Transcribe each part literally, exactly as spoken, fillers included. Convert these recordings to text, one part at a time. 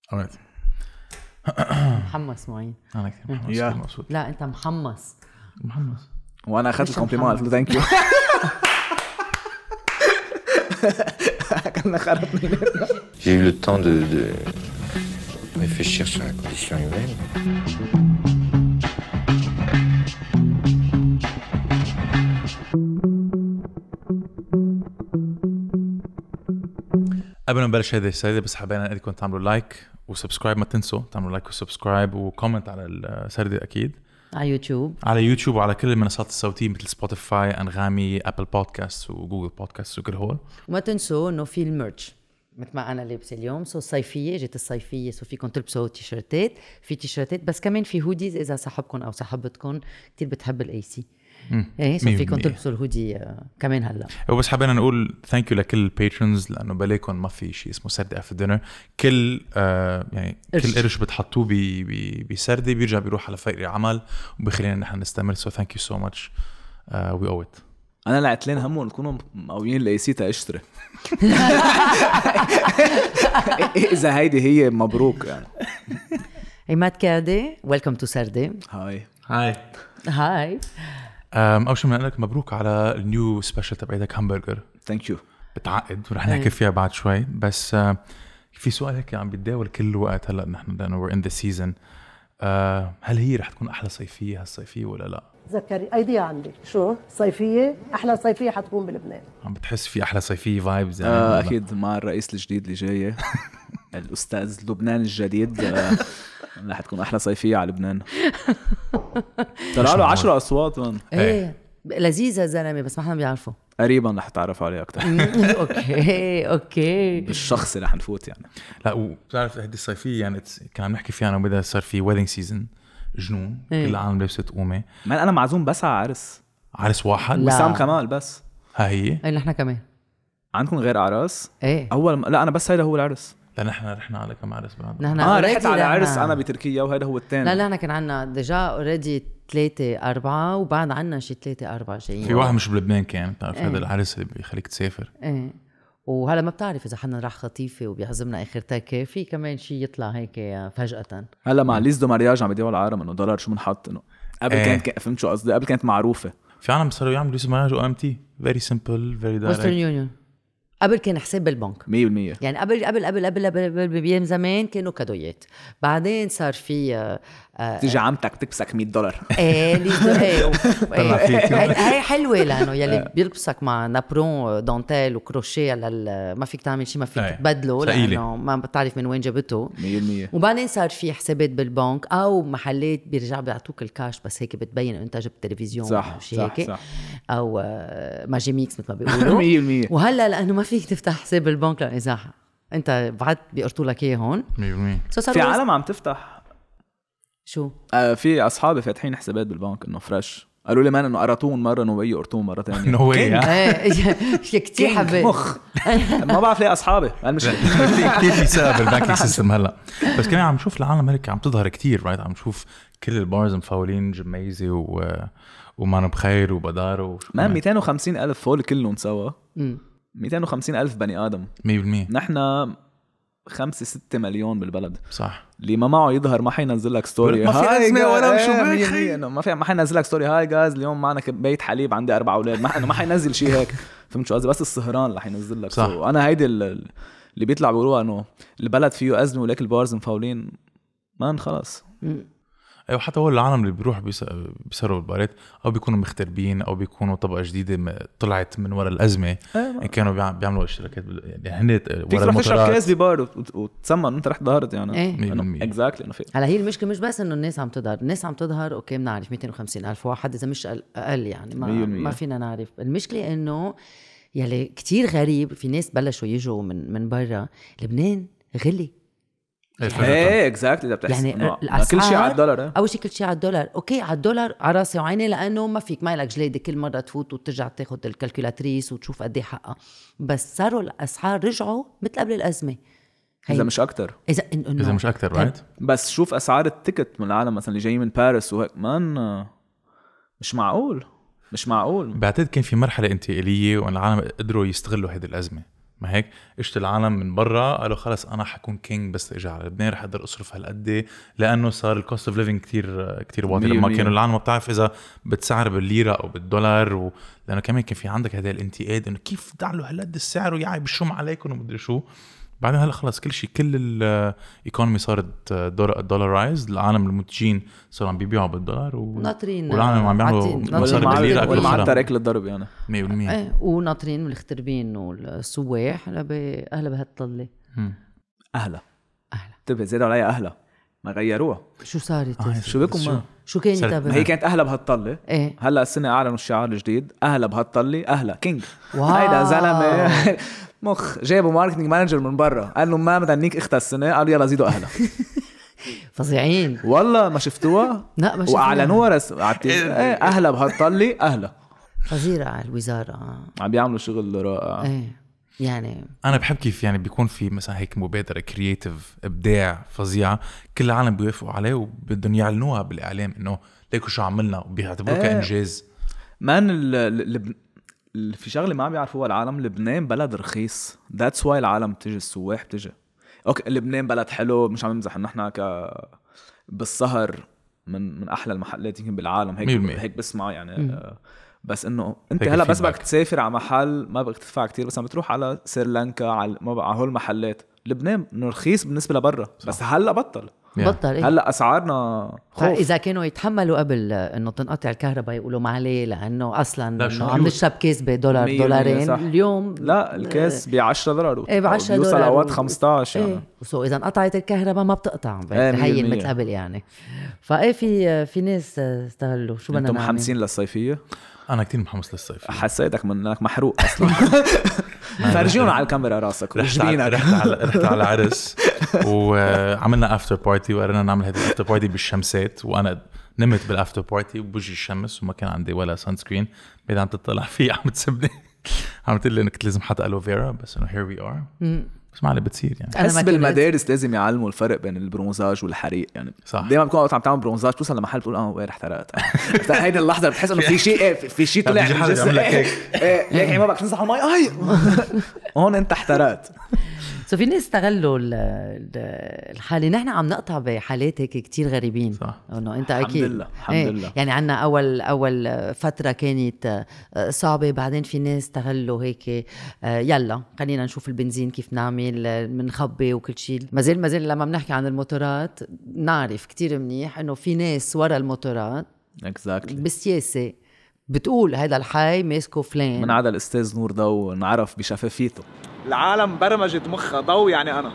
alright. محمص معين. انا كثير محمس كثير مبسوط. لا انت محمص محمس وانا اخذت الكومبليمون قلت له ثانك يو. كنا خرطنا. J'ai eu le temps de, de réfléchir sur la condition humaine. قبل ما نبلش هذه السردة بس حابين انكم تعملوا لايك وسبسكرايب. ما تنسوا تعملوا لايك وسبسكرايب وكومنت على السردة اكيد على يوتيوب على يوتيوب وعلى كل المنصات الصوتية مثل سبوتيفاي، انغامي، ابل بودكاست وجوجل بودكاست وكل هول. وما تنسوا انه في الميرش مثل ما انا لابسه اليوم، سو الصيفيه جت الصيفيه، سو فيكم تلبسوا تيشرتات، في تيشرتات بس كمان في هوديز اذا صاحبكم او صاحبتكم كتير بتحب الاي سي. ايه سو فيكم تلبسوا الهودي كمان هلا. وبس حابين نقول ثانك يو لكل الباترونز لانه بلاكم ما في شيء اسمه سردة افتر دينر. كل آه يعني قرش. كل قرش بتحطوه بسردة بيرجع بيروح على فريق العمل وبخلينا نحن نستمر. سو ثانك يو سو ماتش وي او ات. انا لعتلين همهم نكونوا مقويين لايسيتا اشتري. اذا هيدي هي مبروك يعني. عماد كادي ويلكم تو سردة. هاي هاي هاي اول شيء بدنا لك مبروك على النيو سبيشال تبعتك همبرجر. ثانك يو. بتعقد ورح نحكي فيها بعد شوي بس uh, في سؤال هيك عم بيتداول كل وقت هلا نحن لانه we're in the season. uh, هل هي رح تكون احلى صيفيه هالصيفيه ولا لا؟ تذكري ايديا عندي شو صيفيه احلى صيفيه حتكون بلبنان. عم بتحس في احلى صيفيه فايبز يعني؟ آه اكيد مع الرئيس الجديد اللي جاي الاستاذ لبنان الجديد آه رح تكون احلى صيفيه على لبنان. طلع له عشرة اصوات من ايه لذيذه الزلمه بس ما حدا بيعرفه. قريبا رح تعرف عليه اكثر. اوكي اوكي بالشخص رح نفوت يعني. لا وبتعرف هذه الصيفيه يعني كان عم نحكي فيها انا وبدأ صار في ويدنج سيزون جنون. إيه. كل العالم لابسه قومه. ما انا معزوم بس على عرس عرس واحد. لا. وسام كمال بس. ها هي ايه نحن كمان عندكم غير اعراس؟ ايه اول لا انا بس هيدا هو العرس. لا نحن رحنا على كم عرس بعد. نحن اه already رحت على رحنا. عرس انا بتركيا وهذا هو الثاني. لا لا احنا كان عنا ديجا اوريدي ثلاثة أربعة وبعد عنا شي ثلاثة أربعة جايين. في واحد مش بلبنان كان بتعرف إيه. هذا العرس اللي بيخليك تسافر. ايه وهلا ما بتعرف اذا حنا راح خطيفه وبيعزمنا اخر تاكه في كمان شي يطلع هيك فجأة. هلا مع ليز دو مارياج عم يديروا العالم انه دولار شو بنحط انه قبل إيه. كانت فهمت شو قصدي قبل كانت معروفه. في عالم صاروا يعملوا اسم مارج او ام تي فيري سمبل فيري وسترن دايركت. يونيون قبل كان حساب بالبنك مية بالمية. يعني قبل قبل قبل قبل قبل بيوم زمان كانوا كادويات. بعدين صار في آه تيجي عمتك بتكبسك مية دولار. ايه لي ايه طلع فيك. هاي هاي حلوه لانه يلي بيلبسك مع نابرون دانتيل وكروشيه على ما فيك تعمل شيء ما فيك إيه. تبدله ثقيلة. لانه ما بتعرف من وين جابته. مية بالمية. وبعدين صار في حسابات بالبنك او محلات بيرجعوا بيعطوك الكاش بس هيك بتبين انت جبت تلفزيون صح او شيء صح هيك صح. او آه، ماجي ميكس مثل ما بيقولوا. مية بالمية. وهلا لانه ما فيك تفتح حساب بالبنك لان اذا انت بعد بيقرطوا لك اياه هون مية بالمية. في عالم عم تفتح شو آه في اصحابي فاتحين حسابات بالبنك انه فريش قالوا لي مان انه قرطوهم مره انه بيجوا يقرطوهم مره ثانيه. نو واي. ايه كثير حبيت مخ ما بعرف ليه اصحابي المشكله. كثير في سبب بالبانكينج سيستم هلا بس كمان عم نشوف العالم هيك عم تظهر كتير رايت. عم نشوف كل البارز مفاولين جميزي و ومان بخير وبدار ما مئتين وخمسين ألف فول كلهم سوا. مم. مئتين وخمسين ألف بني آدم. مية بالمية. نحن خمسة ستة مليون بالبلد. صح. اللي ما معه يظهر ما حينزل لك ستوري ما في هاي أزمة جا- ولا إيه شو مية بك مية. إنه ما في ما حينزل لك ستوري هاي جاز اليوم معنا بيت حليب عندي أربع أولاد. ما إنه ما حينزل شيء هيك. فهمت شو قصدي؟ بس السهران اللي حينزل لك. صح. so أنا هيدي اللي بيطلع بيقولوا إنه البلد فيه أزمة ولكن البارز مفاولين ما خلاص. ايوه حتى هو العالم اللي بيروح بيسروا البارات او بيكونوا مغتربين او بيكونوا طبقه جديده طلعت من وراء الازمه. ان كانوا بيعملوا اشتراكات يعني هن فيك تروح تشرب كاس ببار وتسمن انت رحت ظهرت يعني. ايه اكزاكتلي انه في هلا هي المشكله مش بس انه الناس عم تظهر. الناس عم تظهر اوكي بنعرف مئتين وخمسين ألف واحد اذا مش اقل يعني ما ما فينا نعرف. المشكله انه يلي كتير غريب في ناس بلشوا يجوا من من برا لبنان غلي. ايه اكزاكتلي اذا بتحس يعني كل شيء على الدولار. اول شيء كل شيء على الدولار. اوكي على الدولار على راسي وعيني لانه ما فيك ما لك جليده كل مره تفوت وترجع تاخذ الكالكولاتريس وتشوف قد ايه حقها. بس صاروا الاسعار رجعوا مثل قبل الازمه اذا مش اكتر. اذا إنه اذا مش اكتر رايت. بس شوف اسعار التيكت من العالم مثلا اللي جايين من باريس وهيك مان مش معقول مش معقول. بعتقد كان في مرحله انتقاليه وان العالم قدروا يستغلوا هذه الازمه ما هيك اجت العالم من برا قالوا خلص انا حكون كينج بس اجي على لبنان رح اقدر اصرف هالقد لانه صار الكوست اوف ليفينج كثير كثير واطي. لما كانوا العالم ما بتعرف اذا بتسعر بالليره او بالدولار و... لانه كمان كان في عندك هذا الانتقاد انه كيف تعلوا هالقد السعر وياي بشوم عليكم ومدري شو. بعدين هلا خلص كل شيء كل الايكونومي صارت دولارايز. العالم المنتجين صاروا عم بيبيعوا بالدولار و... ناطرين والعالم عم بيعملوا مصاري بالليره ولا مع الترك للضرب يعني مية بالمية. ايه وناطرين والمغتربين والسواح هلا اهلا بهالطله اهلا اهلا انتبه زادوا عليها اهلا ما غيروها. شو صارت آه شو بكم ما شو كان يتابع؟ هي كانت اهلا بهالطله. ايه هلا السنه اعلنوا الشعار الجديد اهلا بهالطله اهلا كينج. واو. هيدا زلمه مخ جابوا ماركتينج مانجر من برا قال له ما بدنيك اختها السنه قالوا يلا زيدوا اهلا. فظيعين والله ما شفتوها؟ لا ما شفتوها واعلنوها رس... اهلا بهالطله اهلا. فظيعه على الوزاره عم بيعملوا شغل رائع. ايه يعني انا بحب كيف يعني بيكون في مثلا هيك مبادره كرييتيف ابداع فظيعه كل العالم بيوافقوا عليه وبدهم يعلنوها بالاعلام انه ليكوا شو عملنا وبيعتبروه ايه. كانجاز. مان ال... ال... ال... في شغله ما عم بيعرفوها العالم. لبنان بلد رخيص ذاتس واي العالم بتجي السواح بتجي. اوكي لبنان بلد حلو مش عم نمزح انه احنا ك بالسهر من من احلى المحلات يمكن بالعالم هيك مية هيك بسمع يعني م. آه بس انه انت هيك هلا بس feedback. بدك تسافر على محل ما بدك تدفع كتير بس عم بتروح على سريلانكا على ما بقى على هول المحلات. لبنان انه رخيص بالنسبه لبرا بس هلا بطل Yeah. بطل إيه؟ هلا اسعارنا خوف. إذا كانوا يتحملوا قبل إنه تنقطع الكهرباء يقولوا ما عليه لأنه أصلاً لا، شو إنه عم نشرب كيس بدولار مية دولارين بالمية صح. اليوم. لا الكاس ب عشرة دولار إيه ب عشرة بيوصل دولار اوقات و- خمسطعش يعني إيه وسو إذا انقطعت الكهرباء ما بتقطع إيه، مية هي بالمية. مثل قبل يعني. فإيه في في ناس استغلوا شو بدنا انتم نعمل. محمسين للصيفية؟ انا كتير محمس للصيف. حسيتك منك محروق اصلا. فرجينا على الكاميرا راسك رحت على وجبينك. رحت على رحت على عرس وعملنا افتر بارتي وقررنا نعمل هذه الافتر بارتي بالشمسات وانا نمت بالافتر بارتي وبوجي الشمس وما كان عندي ولا سان سكرين. بعد عم تطلع فيه عم تسبني عم تقول لي انك كنت لازم حط الوفيرا بس انه هير وي ار. بس ما علي بتصير يعني. أنا بس ما كنت- بالمدارس لازم يعلموا الفرق بين البرونزاج والحريق يعني. صح. دايما بتكون وقت عم تعمل برونزاج توصل لمحل بتقول اه وين رح احترقت. هيدي اللحظه بتحس انه في شيء ايه في شيء طلع بيجي من حدا الجسم. بيعمل لك ايه هيك. ايه هيك ما بدك تنزح المي اي هون انت احترقت. سو في ناس استغلوا ال- ال- الحالة. نحن عم نقطع بحالات هيك كتير غريبين. صح. انه انت الحمد اكيد لله، الحمد إيه. لله. يعني عنا اول اول فتره كانت صعبه بعدين في ناس استغلوا هيك آه، يلا خلينا نشوف البنزين كيف نعمل بنخبي وكل شيء. ما زال ما زال لما بنحكي عن الموتورات نعرف كتير منيح انه في ناس ورا الموتورات اكزاكتلي. بالسياسه بتقول هذا الحي ماسكه فلان. من عدا الاستاذ نور ضو نعرف بشفافيته. العالم برمجت مخها ضو يعني انا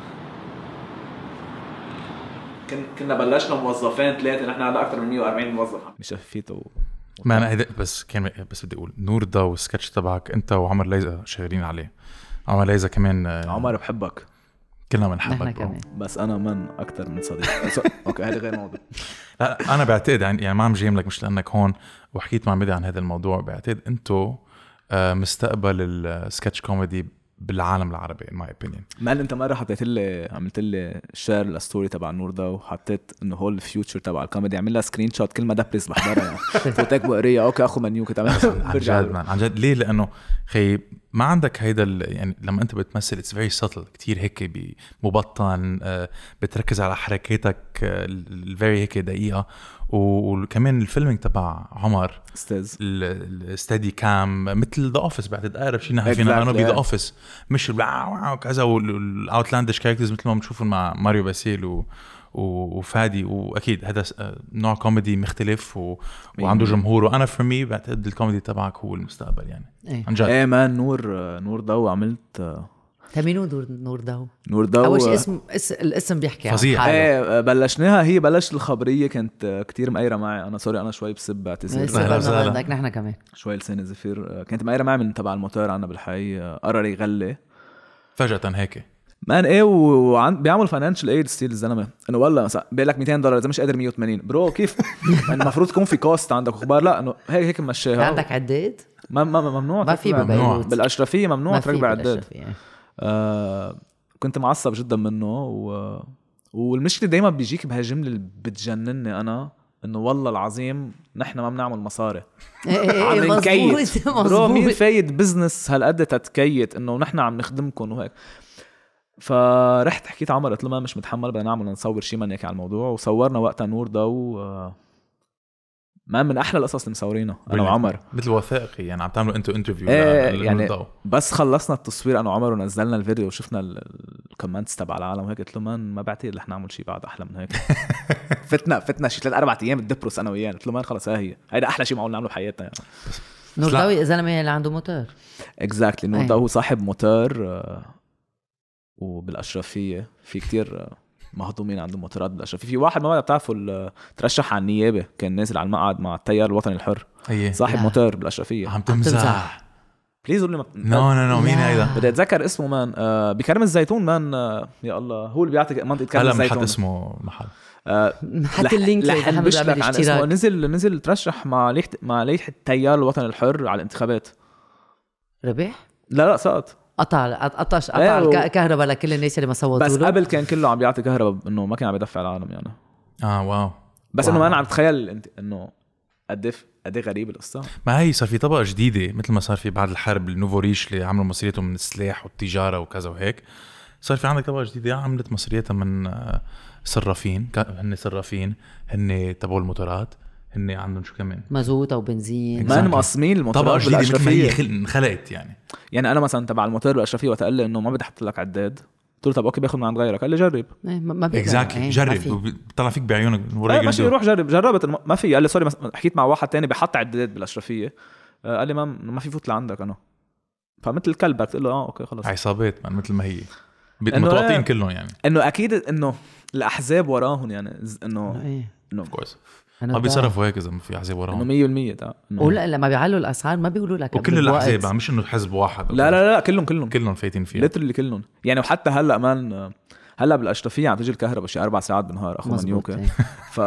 كن كنا بلشنا موظفين ثلاثه نحن هلا اكثر من مية وأربعين موظف بشفافيته. ما انا هيدا بس كان بس بدي اقول نور ده والسكتش تبعك انت وعمر ليزا شغالين عليه. عمر ليزا كمان آه، عمر بحبك كلنا نحن بنحبك برو. كمان بس انا من اكثر من صديق. بس- اوكي هذا غير موضوع. لا انا بعتقد يعني, يعني ما عم جيم لك مش لانك هون وحكيت مع ميدي عن هذا الموضوع. بعتقد انتو آه، مستقبل السكتش كوميدي بالعالم العربي in my opinion. مان انت مره حطيت لي عملت لي شير للستوري تبع النور ده وحطيت انه هو الفيوتشر تبع الكوميدي. عمل لها سكرين شوت كل ما دبرز بحضرها يعني. فوتك بقريه اوكي اخو منيو كنت عملت عن جد مان عن جد ليه؟ لانه خي ما عندك هيدا ال- يعني لما انت بتمثل اتس فيري ساتل كتير هيك مبطن آه، بتركز على حركاتك الفيري هيك دقيقه. وكمان الفيلمينج تبع عمر استاذ الستدي كام مثل ذا اوفيس. بعتقد اقرب شيء نحن فينا Exactly. نعمله بذا اوفيس مش كذا والاوتلاندش كاركترز مثل ما بنشوفهم مع ماريو باسيل و وفادي. واكيد هذا نوع كوميدي مختلف و... وعنده جمهور. وانا فور مي بعتقد الكوميدي تبعك هو المستقبل يعني إيه. عن جد. ايه مان نور نور ضو عملت تمينو نور نور ضو. نور ضو اول شيء اسم اس... الاسم بيحكي عن فظيع. حاله. ايه بلشناها. هي بلشت الخبريه كانت كتير مقيره معي. انا سوري انا شوي بسب بعتذر أهلا وسهلا. بدك نحن كمان شوي لساني زفير. كانت مقيره معي من تبع الموتور عنا بالحي قرر يغلي فجأة هيك مان ايه وعن بيعمل فاينانشال ايد ستيل الزلمه انه والله مثلا بيقول لك مئتين دولار اذا مش قادر مية وثمانين برو كيف المفروض تكون في كوست عندك اخبار. لا انه هيك هيك مشيها. عندك عداد ما ما ممنوع ما في تركب- ببيروت. بالاشرفيه ممنوع ما في تركب عداد. بالأشرفية. آه كنت معصب جدا منه و... والمشكله دايما بيجيك بهالجمله اللي بتجنني انا انه والله العظيم نحن ما بنعمل مصاري إيه عم إيه نكيت مظبوط برو مين مظبوط. فايد بزنس هالقد تتكيت انه نحن عم نخدمكم وهيك. فرحت حكيت عمر قلت له ما مش متحمل بدنا نعمل نصور شيء منك على الموضوع. وصورنا وقتها نور ضو ما من احلى القصص اللي مصورينها انا وعمر مثل وثائقي يعني عم تعملوا انتوا انترفيو ايه يعني بس خلصنا التصوير انا وعمر ونزلنا الفيديو وشفنا الكومنتس تبع العالم وهيك قلت له مان ما بعتقد رح نعمل شيء بعد احلى من هيك. فتنا فتنا شي ثلاث اربع ايام الدبروس انا وياه قلت له مان خلص هي هيدا احلى شيء معقول نعمله بحياتنا يعني. نور ضوي زلمه اللي عنده موتور اكزاكتلي نور ضوي هو صاحب موتور وبالاشرفيه في كتير مهضومين عندهم موتورات بالاشرفيه. في واحد ما بعرف بتعرفوا ترشح على النيابه كان نازل على المقعد مع التيار الوطني الحر أيه. صاحب لا. موتور بالاشرفيه. عم تمزح بليز قول لي نو نو نو مين هيدا بدي اتذكر اسمه مان آه بكرم الزيتون مان آه يا الله هو اللي بيعطي منطقه كرم هلا الزيتون. محط اسمه محل آه حتى اللينك لحن بشلك عن اسمه. نزل نزل ترشح مع ليحة مع ليحة التيار الوطني الحر على الانتخابات. ربح لا لا سقط قطع قطع قطع الكهرباء لكل الناس اللي ما صوتوا بس له. قبل كان كله عم بيعطي كهرباء انه ما كان عم يدفع العالم يعني. اه واو بس واو. انه ما انا عم تخيل انه قد قد غريب القصه. ما هي صار في طبقه جديده مثل ما صار في بعد الحرب النوفو ريش اللي عملوا مصرياتهم من السلاح والتجاره وكذا وهيك. صار في عندك طبقه جديده عملت مصرياتها من صرافين هن صرافين هن تبعوا الموتورات هن عندهم شو كمان مازوت او بنزين ما مقسمين الموتورات بالاشرفيه انخلقت يعني. يعني انا مثلا تبع الموتور بالاشرفيه وقت قال لي انه ما بدي احط لك عداد قلت له طب اوكي باخذ من عند غيرك قال لي جرب. ايه ما بيقدر اكزاكتلي ايه جرب بيطلع فيك بعيونك ايه ماشي روح جرب. جربت ما في قال لي سوري حكيت مع واحد تاني بحط عداد بالاشرفيه قال لي ما ما في فوت لعندك انا فمثل كلبك قلت له اه اوكي خلص عصابات مثل ما هي متواطئين كلهم يعني انه اكيد انه الاحزاب وراهم يعني انه ايه انه كويس ما بيصرفوا هيك اذا ما في احزاب وراهم انه مية بالمية ده ولا لما بيعلوا الاسعار ما بيقولوا لك وكل الاحزاب مش انه حزب واحد لا لا لا كلهم كلهم كلهم فايتين فيها ليترلي كلهم يعني. وحتى هلا مان هلا بالاشرفيه عم تجي الكهرباء شي اربع ساعات بالنهار اخو منيوكا ف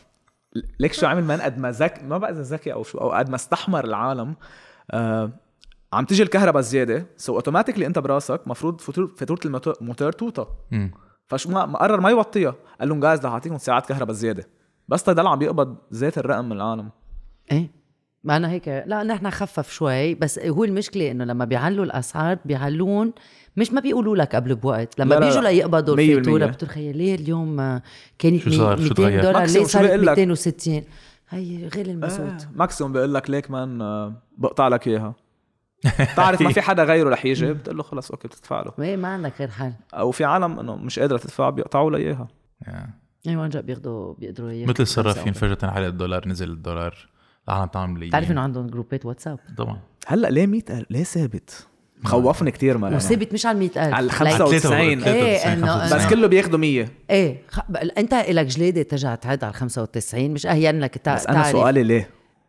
ليك شو عمل مان قد ما ذكي ما بقى اذا ذكي او شو او قد ما استحمر العالم آه عم تيجي الكهرباء زياده سو اوتوماتيكلي انت براسك مفروض فاتوره الموتور توطى فشو ما قرر ما يوطيها قال لهم جايز رح اعطيكم ساعات كهرباء زياده بس تضل عم بيقبض ذات الرقم من العالم. ايه ما انا هيك لا نحن خفف شوي بس هو المشكله انه لما بيعلوا الاسعار بيعلون مش ما بيقولوا لك قبل بوقت لما بيجوا ليقبضوا الفاتوره بتخيل ليه اليوم كانت مئتين دولار ليه صارت مئتين وستين هي غير المسوت آه ماكسيموم بيقول لك ليك مان بقطع لك اياها تعرف ما في حدا غيره رح يجي بتقول له خلص اوكي بتدفع له ايه ما عندك غير حل. او في عالم انه مش قادره تدفع بيقطعوا له اياها ايوه جا بياخذوا بيقدروا اياها مثل الصرافين فجاه على الدولار نزل الدولار العالم تعمل لي تعرف انه عندهم جروبات واتساب طبعا هلا ليه مئة ليه ثابت مخوفني كتير ما وثابت مش على مئة ألف على خمسة وتسعين ايه انه بس كله بياخدوا مية ايه خ... انت لك جليده ترجع تعد على خمسة وتسعين مش اهين لك تع... بس انا سؤالي ليه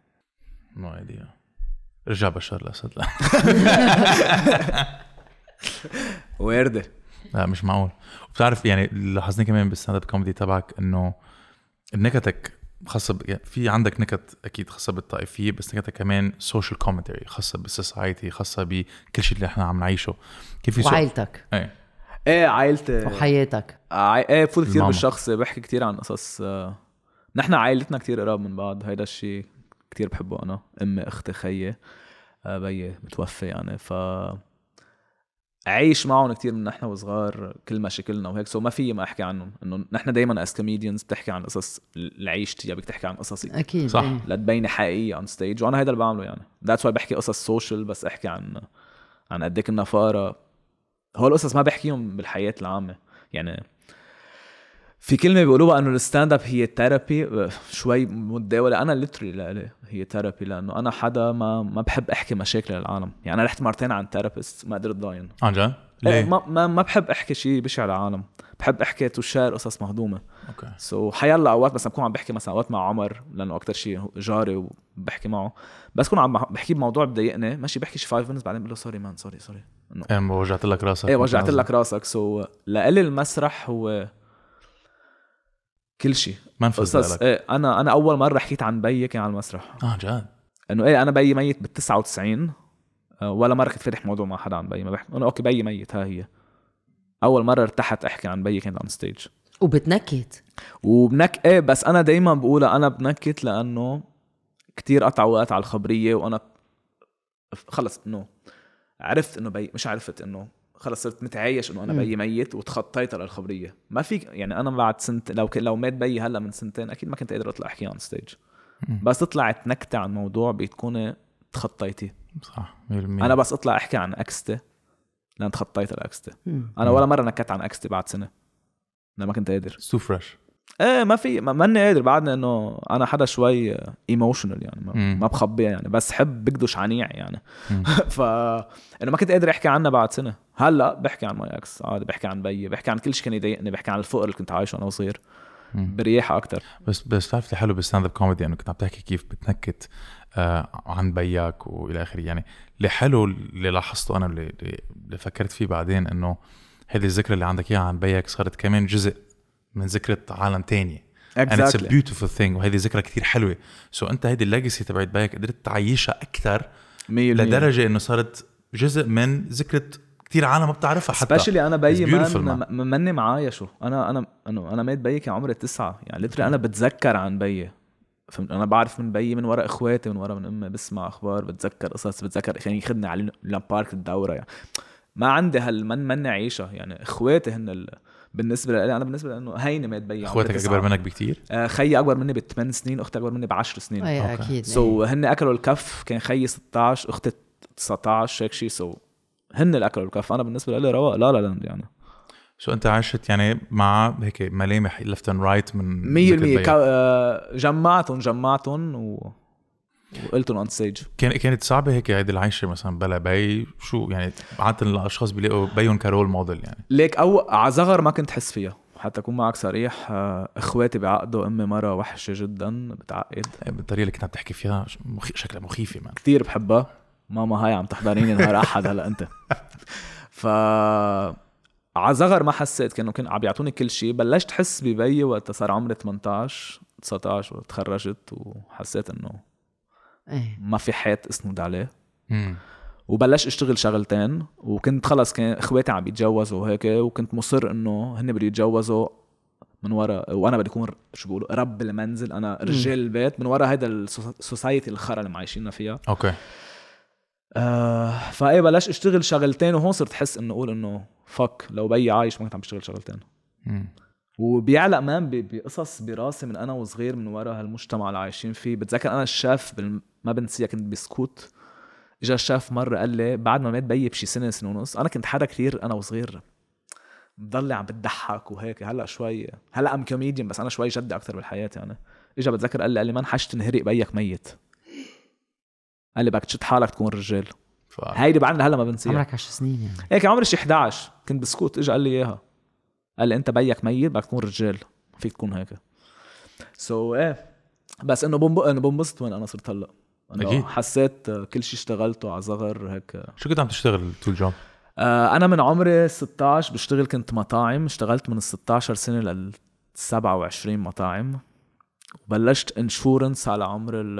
ما ادري رجع بشار الاسد لا وارده لا مش معقول. وبتعرف يعني لاحظني كمان بالستاند اب كوميدي تبعك انه نكتك خاصه ب... يعني في عندك نكت اكيد خاصه بالطائفيه بس نكتك كمان سوشيال كومنتري خاصه بالسوسايتي خاصه بكل شيء اللي احنا عم نعيشه كيف في وعائلتك ايه ايه عائلتي وحياتك ع... ايه بفوت كثير بالشخص بحكي كثير عن قصص آه... نحن عائلتنا كثير قراب من بعض هيدا الشيء كتير بحبه أنا أمي أختي خيي آه بيي متوفى يعني ف عيش معهم كتير من نحن وصغار كل مشاكلنا وهيك سو ما في ما أحكي عنهم إنه نحن دايما as comedians بتحكي عن قصص العيشتي يعني بتحكي عن قصصي أكيد صح إيه. لا تبيني حقيقية on stage وأنا هيدا اللي بعمله يعني that's why بحكي قصص social بس أحكي عن عن قديك النفارة هو القصص ما بحكيهم بالحياة العامة يعني في كلمة بيقولوها أنه الستاند اب هي ثيرابي شوي متداولة أنا ليتري لا هي ثيرابي لأنه أنا حدا ما ما بحب أحكي مشاكل العالم يعني أنا رحت مرتين عن ثيرابيست ما قدرت ضاين عن جد ليه؟ ما ما ما بحب أحكي شيء بشع العالم بحب أحكي تشار قصص مهضومة اوكي سو so, حيلا أوقات بس بكون عم بحكي مثلا أوقات مع عمر لأنه أكتر شيء جاري وبحكي معه بس كون عم بحكي بموضوع بضايقني ماشي بحكي شي خمسة minutes بعدين بقول له سوري مان سوري سوري إنه وجعت لك راسك إيه وجعت لك راسك سو so, لقلي المسرح هو كل شيء منفذ لك إيه انا انا اول مره حكيت عن بيي كان على المسرح اه جد انه ايه انا بيي ميت بالتسعة وتسعين ولا مره كنت فاتح موضوع مع حدا عن بيي ما بحكي انا اوكي بيي ميت ها هي اول مره ارتحت احكي عن بيي كانت عن ستيج وبتنكت وبنك ايه بس انا دايما بقول انا بنكت لانه كتير قطع وقت على الخبريه وانا خلص انه عرفت انه بي مش عرفت انه خلص صرت متعايش انه انا بي ميت وتخطيت على الخبريه. ما فيك يعني انا بعد سنت لو ك... لو مات بي هلا من سنتين اكيد ما كنت قادر اطلع احكي عن ستيج. بس طلعت نكته عن موضوع بتكون تخطيتي صح مية بالمية. انا بس اطلع احكي عن اكستي لان تخطيت على اكستي. انا ولا مره نكت عن اكستي بعد سنه انا ما كنت قادر. سو فريش. ايه ما في ما ماني قادر بعدنا انه انا حدا شوي ايموشنال يعني ما, ما بخبي يعني بس حب بقدش عنيع يعني ف انه ما كنت قادر احكي عنها بعد سنه. هلا بحكي عن ماي اكس عادي بحكي عن بيي بحكي عن كل شيء كان يضايقني بحكي عن الفقر اللي كنت عايشه وانا صغير برياحه اكتر. بس بس بتعرف حلو بالستاند اب كوميدي انه كنت عم تحكي كيف بتنكت آه عن بياك والى اخره. يعني اللي حلو اللي لاحظته انا اللي, اللي فكرت فيه بعدين انه هذه الذكرى اللي عندك اياها عن بياك صارت كمان جزء من ذكرى عالم تاني. exactly. and it's a beautiful thing وهذه ذكرى كتير حلوة. سو so أنت هذه الليجاسي تبعت بايك قدرت تعيشها أكتر لدرجة إنه صارت جزء من ذكرى كتير عالم ما بتعرفها حتى. especially أنا بيي من مني معايا شو أنا أنا أنا أنا ميت بيي كان عمري تسعة يعني لتري أنا بتذكر عن بيي. أنا بعرف من بيي من وراء إخواتي من وراء من أمي بسمع أخبار بتذكر قصص بتذكر يعني يخدني على لامبارك الدورة يعني ما عندي هالمن مني عيشة يعني إخواتي هن ال... بالنسبه لي انا بالنسبه لانه هينه مات بيي. اخواتك اكبر منك بكتير؟ آه خيي اكبر مني بثمان سنين اختي اكبر مني بعشر سنين. اي اكيد. سو so هن اكلوا الكف كان خيي ستة عشر اختي تسعة عشر هيك شيء. سو so هن اللي اكلوا الكف. انا بالنسبه لي رواق لا لا لاند يعني. سو so انت عشت يعني مع هيك ملامح ليفت اند رايت من مية بالمية كا... جمعتهم جمعتهم و وقلتهم اون ستيج. كان كانت صعبه هيك هيدي العيشه مثلا بلا بي شو يعني عاده الاشخاص بيلاقوا بيهم كرول موديل يعني ليك او عزغر ما كنت حس فيها حتى اكون معك صريح. اخواتي بعقدوا امي مره وحشه جدا بتعقد بالطريقه اللي كنت عم تحكي فيها مخ... شكلها مخيفه مان كتير بحبها ماما هاي عم تحضريني نهار احد هلا انت ف عزغر ما حسيت كانوا كانوا عم بيعطوني كل شيء. بلشت حس ببي وقت صار عمري ثمانية عشر تسعة عشر وتخرجت وحسيت انه ما في حيط اسند عليه. مم. وبلش اشتغل شغلتين وكنت خلص كان اخواتي عم يتجوزوا وهيك وكنت مصر انه هن بدي يتجوزوا من وراء وانا بدي اكون شو بيقولوا رب المنزل انا رجال البيت من وراء هيدا السوسايتي الخرا اللي عايشين فيها. اوكي آه فاي بلش اشتغل شغلتين وهون صرت احس انه اقول انه فك لو بي عايش ما كنت عم بشتغل شغلتين. مم. وبيعلق مان بقصص براسي من انا وصغير من وراء هالمجتمع اللي عايشين فيه. بتذكر انا الشاف بال... ما بنسيها كنت بسكوت اجا الشاف مره قال لي بعد ما مات بيي بشي سنه سنه ونص انا كنت حدا كتير انا وصغير بضل عم بتضحك وهيك. هلا شوي هلا ام كوميديان بس انا شوي جدي اكثر بالحياه يعني. اجا بتذكر قال لي قال لي ما حشت تنهرق بيك ميت. قال لي بدك تشد حالك تكون رجال. ف... هيدي بعدنا هلا ما بنسيها. عمرك عشر سنين يعني هيك عمري شي إحدى عشر كنت بسكوت اجا قال لي اياها قال لي انت بيك ميت بدك تكون رجال فيك تكون هيك. سو so, ايه بس انه بنبق انه بنبسط وين انا صرت هلا. أكيد. حسيت كل شيء اشتغلته على صغر هيك. شو كنت عم تشتغل طول جوب؟ آه انا من عمري ستة عشر بشتغل كنت مطاعم. اشتغلت من ستة عشر سنه لل سبعة وعشرين مطاعم. وبلشت انشورنس على عمر ال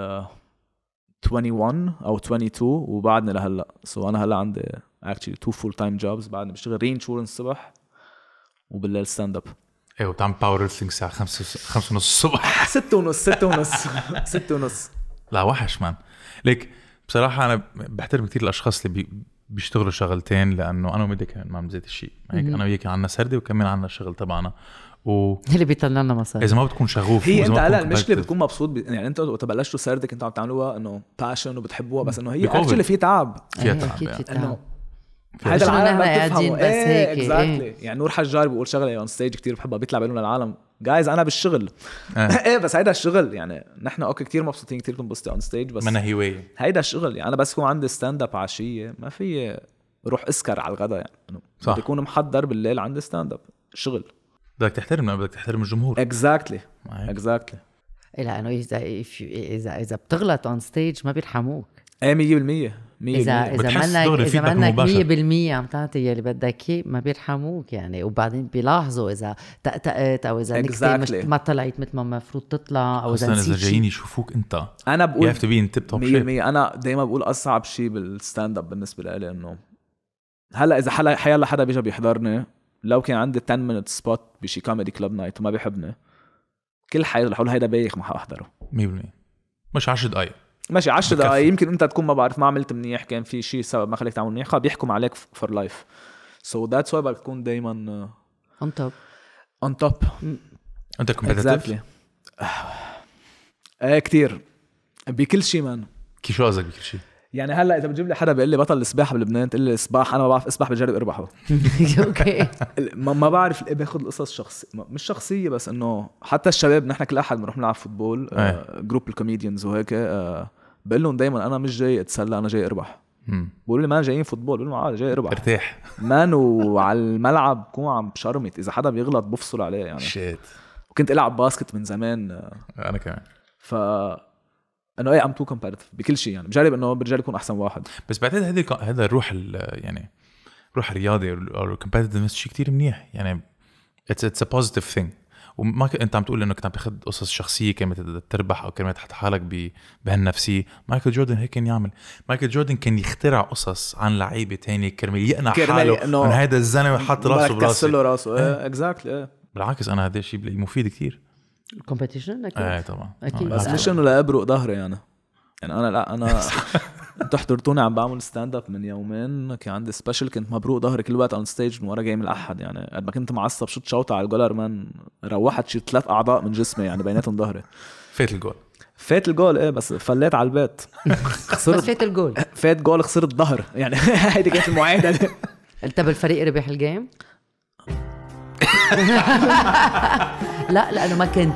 واحد وعشرين او اثنين وعشرين وبعدني لهلا. سو so انا هلا عندي actually two full time jobs. بعدني بشتغل ري انشورنس الصبح وبالليل ستاند اب. ايه وبتعمل باور ليفتنج الساعه خمسة خمسة ونص الصبح. ستة ونص ستة ونص ستة ونص. لا وحش مان. ليك بصراحه انا بحترم كثير الاشخاص اللي بي بيشتغلوا شغلتين لانه انا وميدي كمان ما بنزيد الشيء هيك. انا وياك عنا سردي وكمان عنا الشغل تبعنا و اللي بيطلع لنا مصاري. اذا ما بتكون شغوف هي انت هلا المشكله بتكون مبسوط ب... يعني انت وقت بلشتوا سردي كنتوا عم تعملوها انه باشن وبتحبوها بس انه هي اكشلي في تعب فيها تعب انه هذا العالم قاعدين بس هيك اكزاكتلي. يعني نور حجار بيقول شغله اون ستيج كتير بحبها بيطلع بيقول للعالم جايز انا بالشغل ايه بس هيدا الشغل يعني نحن اوكي كتير مبسوطين كتير بنبسط اون ستيج بس منها هوايه هيدا الشغل. يعني انا بس يكون عندي ستاند اب عشيه ما في روح اسكر على الغداء يعني بدي اكون محضر بالليل عندي ستاند اب شغل. بدك تحترم بدك تحترم الجمهور. اكزاكتلي اكزاكتلي. لا انه اذا اذا اذا بتغلط اون ستيج ما بيرحموك. ايه مية بالمية اذا اذا منك اذا منك مية بالمية عم تعطي اللي بدك اياه ما بيرحموك يعني. وبعدين بيلاحظوا اذا تقطقت او اذا نكته مش ما طلعت مثل ما المفروض تطلع او اذا اذا جايين يشوفوك انت. انا بقول ياف تو بي ان تيب توب شيب. انا دايما بقول اصعب شيء بالستاند اب بالنسبه لي انه هلا اذا حلا حيلا حدا بيجي بيحضرني لو كان عندي عشرة minute spot بشي كوميدي كلاب نايت وما بيحبني كل حياته رح اقول هيدا بايخ ما حاحضره مية بالمية. مش عشر دقايق ماشي عشر بكفي. دقايق يمكن انت تكون ما بعرف ما عملت منيح كان في شيء سبب ما خليك تعمل منيح خا بيحكم عليك فور لايف سو ذاتس واي بدك تكون دايما اون توب اون توب انت كومبيتيتيف ايه كتير بكل شيء مان كي شو قصدك بكل شيء يعني هلا اذا بتجيب لي حدا بيقول لي بطل السباحه بلبنان تقول لي سباحه انا ما بعرف اسبح بجرب اربحه اوكي ما, ما بعرف باخذ القصص شخصي مش شخصيه بس انه حتى الشباب نحن كل احد بنروح نلعب فوتبول آه جروب الكوميديانز وهيك آه بقول لهم دائما انا مش جاي اتسلى انا جاي اربح بقولوا لي ما جايين فوتبول بقول لهم عادي جاي اربح ارتاح مان وعلى الملعب بكون عم بشرمت اذا حدا بيغلط بفصل عليه يعني شيت. وكنت العب باسكت من زمان آه انا كمان ف انه ايه ام تو كومبيتيتيف بكل شيء يعني بجرب انه برجع يكون احسن واحد بس بعتقد هذا هذا الروح يعني روح الرياضي او الكومبيتيتيفنس شيء كتير منيح يعني اتس اتس ا بوزيتيف ثينج وما ك... انت عم تقول انك عم تاخذ قصص شخصيه كلمه تربح او كلمه تحط حالك ب... بهالنفسيه. مايكل جوردن هيك كان يعمل. مايكل جوردن كان يخترع قصص عن لعيبه تاني كرمال يقنع حاله انه هذا الزلمه حط راسه براسه له راسه ايه اكزاكتلي ايه. بالعكس انا هذا الشيء بلاقيه مفيد كتير الكومبيتيشن اكيد ايه طبعا اكيد بس مش انه لا ابرق ظهري يعني يعني انا لا انا انتوا حضرتوني عم بعمل ستاند اب من يومين كان عندي سبيشل كنت مبروق ظهري كل وقت اون ستيج من ورا جاي من الاحد يعني قد ما كنت معصب شوت شوطه على الجولر مان روحت شي ثلاث اعضاء من جسمي يعني بيناتهم ظهري فات الجول فات الجول ايه بس فليت على البيت خسرت بس فات الجول فات جول خسرت ظهر يعني هيدي كانت المعادله. انت بالفريق ربح الجيم؟ لا لانه ما كنت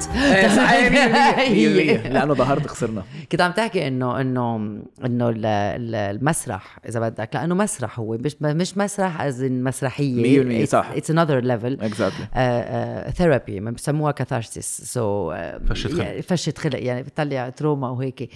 لانه ظهرت خسرنا. كنت عم تحكي انه انه انه المسرح اذا بدك لانه مسرح هو مش مش مسرح از مسرحيه مية بالمية صح اتس انذر ليفل اكزاكتلي ثيرابي ما بسموها كاثارسيس سو فشت خلق فشت خلق يعني بتطلع تروما وهيك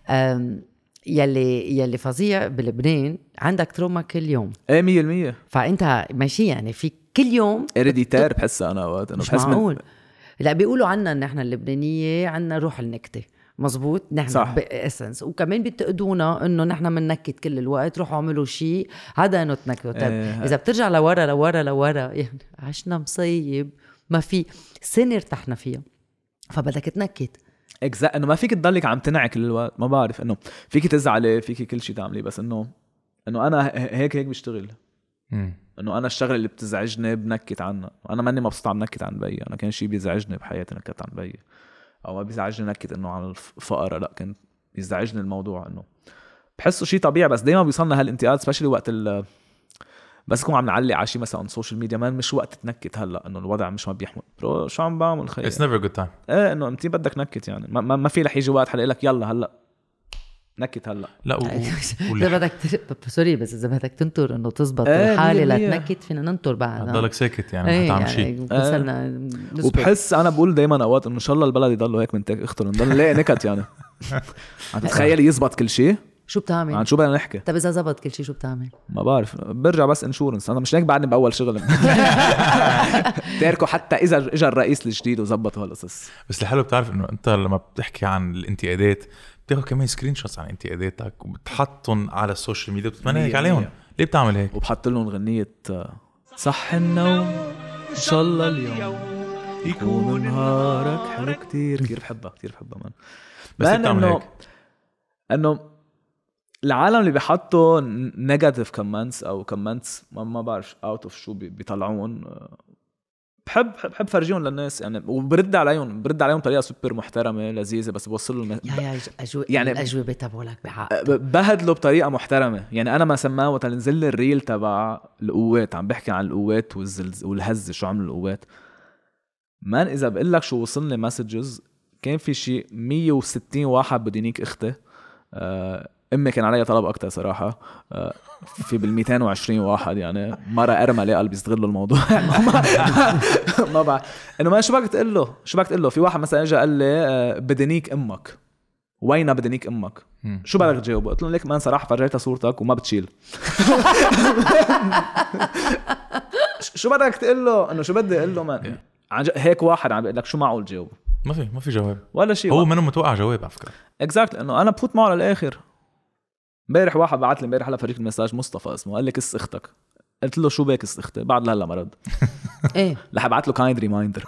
يلي يلي فظيع بلبنان عندك تروما كل يوم ايه مية بالمية فانت ماشي يعني في كل يوم اريديتير بحس انا وقت انه بحس من... لا بيقولوا عنا ان احنا اللبنانيه عنا روح النكته مزبوط نحن باسنس وكمان بيتقدونا انه نحن مننكت كل الوقت روحوا اعملوا شيء هذا انه تنكتوا طيب إيه. اذا بترجع لورا لورا لورا يعني عشنا مصيب ما في سنه ارتحنا فيها فبدك تنكت اكزاكت انه ما فيك تضلك عم تنعي كل الوقت ما بعرف انه فيك تزعلي فيك كل شيء تعمليه بس انه انه انا هيك هيك بشتغل انه انا الشغله اللي بتزعجني بنكت عنها انا ماني مبسوط عم نكت عن بيي انا كان شيء بيزعجني بحياتي نكت عن بيي او ما بيزعجني نكت انه على الفقراء لا كان بيزعجني الموضوع انه بحسه شيء طبيعي بس دايما بيوصلنا هالانتقاد سبيشلي وقت ال بس كون عم نعلق على شيء مثلا سوشيال ميديا ما مش وقت تنكت هلا انه الوضع مش ما بيحمل برو شو عم بعمل خير اتس نيفر جود تايم ايه انه انت بدك نكت يعني ما, ما, ما في رح يجي وقت حلق لك يلا هلا نكت هلا لا و... اذا بدك سوري بس اذا بدك تنطر انه تزبط ايه الحاله لتنكت فينا ننطر بعد ضلك ساكت يعني ايه ما تعمل يعني شيء وصلنا ايه. وبحس انا بقول دايما اوقات انه ان شاء الله البلد يضلوا هيك من تك اختر نضل نلاقي نكت يعني عم تتخيلي يزبط كل شيء شو بتعمل عن شو بدنا نحكي طب اذا زبط كل شيء شو بتعمل ما بعرف برجع بس انشورنس انا مش هيك بعدني باول شغل تاركوا حتى اذا اجى الرئيس الجديد وزبطوا هالقصص. بس الحلو بتعرف انه انت لما بتحكي عن الانتقادات بتاخذ كمان سكرين شوتس عن انتقاداتك وبتحطهم على السوشيال ميديا وبتتمنى هيك عليهم. ليه بتعمل هيك؟ وبحط لهم غنية صح النوم ان شاء الله اليوم يكون نهارك حلو كتير كتير بحبها كتير بحبها من. بس ليه بتعمل هيك؟ انه العالم اللي بيحطوا نيجاتيف كومنتس او كومنتس ما, ما بعرف اوت اوف شو بيطلعون بحب بحب فرجيهم للناس يعني وبرد عليهم برد عليهم بطريقه سوبر محترمه لذيذه بس بوصل لهم يا يا أجو... يعني الاجوبه تبعولك بعقل بهدله بطريقه محترمه يعني انا ما سماه وقت نزل لي الريل تبع القوات عم بحكي عن القوات والزلز والهز شو عملوا القوات مان اذا بقول لك شو وصلني مسجز كان في شيء مية وستين واحد بدينيك اختي أه امي كان عليها طلب اكتر صراحه أه في بالميتين وعشرين واحد يعني مرة أرملة قلبي يستغلوا الموضوع ما بعرف إنه ما شو بدك تقول له شو بدك تقول له في واحد مثلا إجا قال لي بدنيك أمك وين بدنيك أمك شو بدك تجاوبه قلت له ليك ما صراحة فرجيتها صورتك وما بتشيل شو بدك تقول له إنه شو بدي أقول له مان هيك واحد عم بيقول لك شو معقول جاوب ما في ما في جواب ولا شيء هو منه متوقع جواب على فكرة اكزاكت إنه أنا بفوت معه على الآخر. امبارح واحد بعت لي امبارح هلا فريق المساج مصطفى اسمه قال لي كس اختك قلت له شو بك كس اختي بعد لهلا مرض ايه رح ابعت له كايند ريمايندر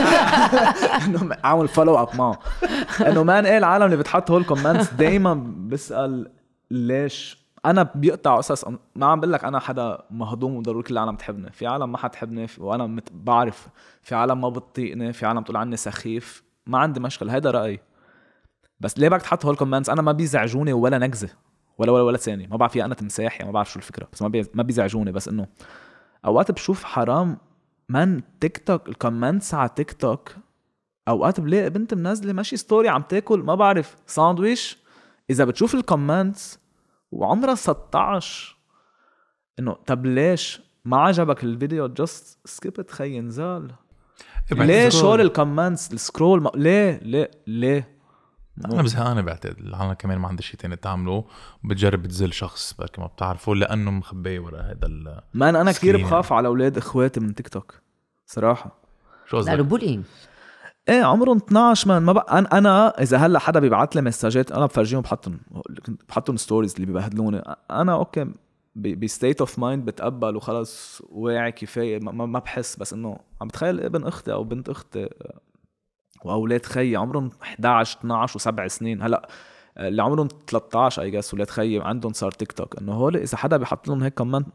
انه اعمل فولو اب معه انه مان ايه العالم اللي بتحط هول كومنتس دايما بسال ليش. انا بيقطع قصص، ما عم بقول لك انا حدا مهضوم وضروري كل العالم تحبني، في عالم ما حتحبني وانا مت... بعرف في عالم ما بتطيقني، في عالم تقول عني سخيف، ما عندي مشكله، هيدا رايي. بس ليه بدك تحط هول كومنتس؟ انا ما بيزعجوني ولا نكزه ولا ولا ولا ثاني، ما بعرف فيها انا تمساح يعني، ما بعرف شو الفكره، بس ما بي... ما بيزعجوني. بس انه اوقات بشوف حرام من تيك توك، الكومنتس على تيك توك اوقات بلاقي بنت منزله ماشي ستوري عم تاكل ما بعرف ساندويش، اذا بتشوف الكومنتس وعمرها ستة عشر انه طب ليش ما عجبك الفيديو؟ جست سكيبت خي نزال. ليه شور الكومنتس السكرول ما... ليه ليه ليه انا بزهقانه بعتقد العالم كمان ما عندها شيء تاني تعمله، وبتجرب تزل شخص بركي ما بتعرفه لانه مخبي ورا هذا ال ما انا كثير بخاف على اولاد اخواتي من تيك توك صراحه. شو قصدك؟ لا بولينج ايه عمرهم اثناشر مان. ما بقى انا, أنا اذا هلا حدا بيبعت لي مساجات انا بفرجيهم بحطهم بحطهم ستوريز اللي بيبهدلوني، انا اوكي بستيت اوف مايند بتقبل وخلص واعي كفايه، ما, ما بحس. بس انه عم بتخيل ابن اختي او بنت اختي واولاد خيي عمرهم احد عشر اثنا عشر وسبع سنين، هلا اللي عمرهم ثلاثة عشر اي جاس ولاد خيي عندهم صار تيك توك، انه هول اذا حدا بيحط لهم هيك كومنت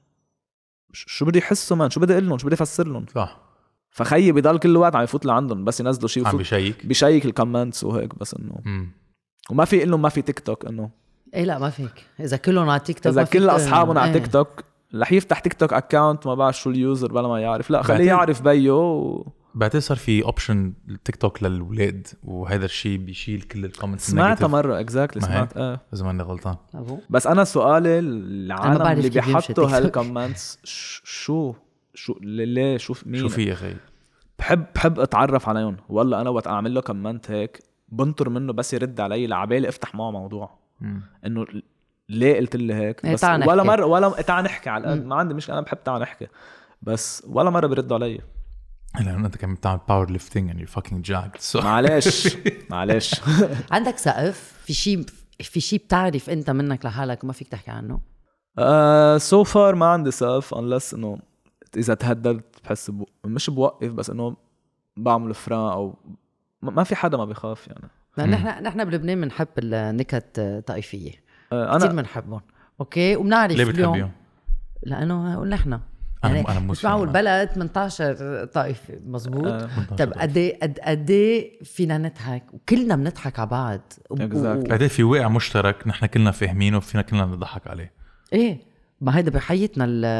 شو بدي يحسوا مان؟ شو بدي اقول لهم؟ شو بدي افسر لهم؟ صح. فخيي بضل كل وقت عم يفوت لعندهم بس ينزلوا شيء عم بيشيك بيشيك الكومنتس وهيك. بس انه وما في انه ما في تيك توك انه ايه لا ما فيك اذا كلهم على تيك توك، اذا كل اصحابهم على ايه. تيك توك رح يفتح تيك توك اكاونت ما بعرف شو اليوزر بلا ما يعرف، لا خليه يعرف بيه و... بعتقد صار في اوبشن تيك توك للولاد وهذا الشيء بيشيل كل الكومنتس. سمعتها مره اكزاكتلي سمعت اه اذا ماني غلطان. بس انا سؤالي العالم اللي بيحطوا هالكومنتس شو شو ليه شو مين شو في يا اخي؟ بحب بحب اتعرف عليهم والله. انا وقت اعمل له كومنت هيك بنطر منه بس يرد علي لعبالي افتح معه موضوع انه ليه قلت لي هيك. بس ولا مره ولا تعال نحكي على الأقل. ما عندي مشكله، انا بحب تعال نحكي بس ولا مره بيردوا علي. لأنه أنت كم بتعمل باور ليفتينج and you're fucking jacked so. معلش معلش عندك سقف في شيء في شيء بتعرف أنت منك لحالك وما فيك تحكي عنه؟ uh, so far ما عندي سقف unless إنه إذا تهددت بحس بو... مش بوقف بس إنه بعمل فران أو ما في حدا ما بيخاف يعني. نحن نحن بلبنان بنحب النكت الطائفية uh, أنا كثير بنحبهم أوكي وبنعرف ليه بتحبيهم؟ لأنه نحن يعني أنا أنا معه البلد ثمانية عشر طائفة مزبوط. آه. طب قدي قد قدي فينا نضحك وكلنا بنضحك على بعض. قدي في واقع مشترك نحن كلنا فاهمينه وفينا كلنا نضحك عليه. إيه ما هيدا بحياتنا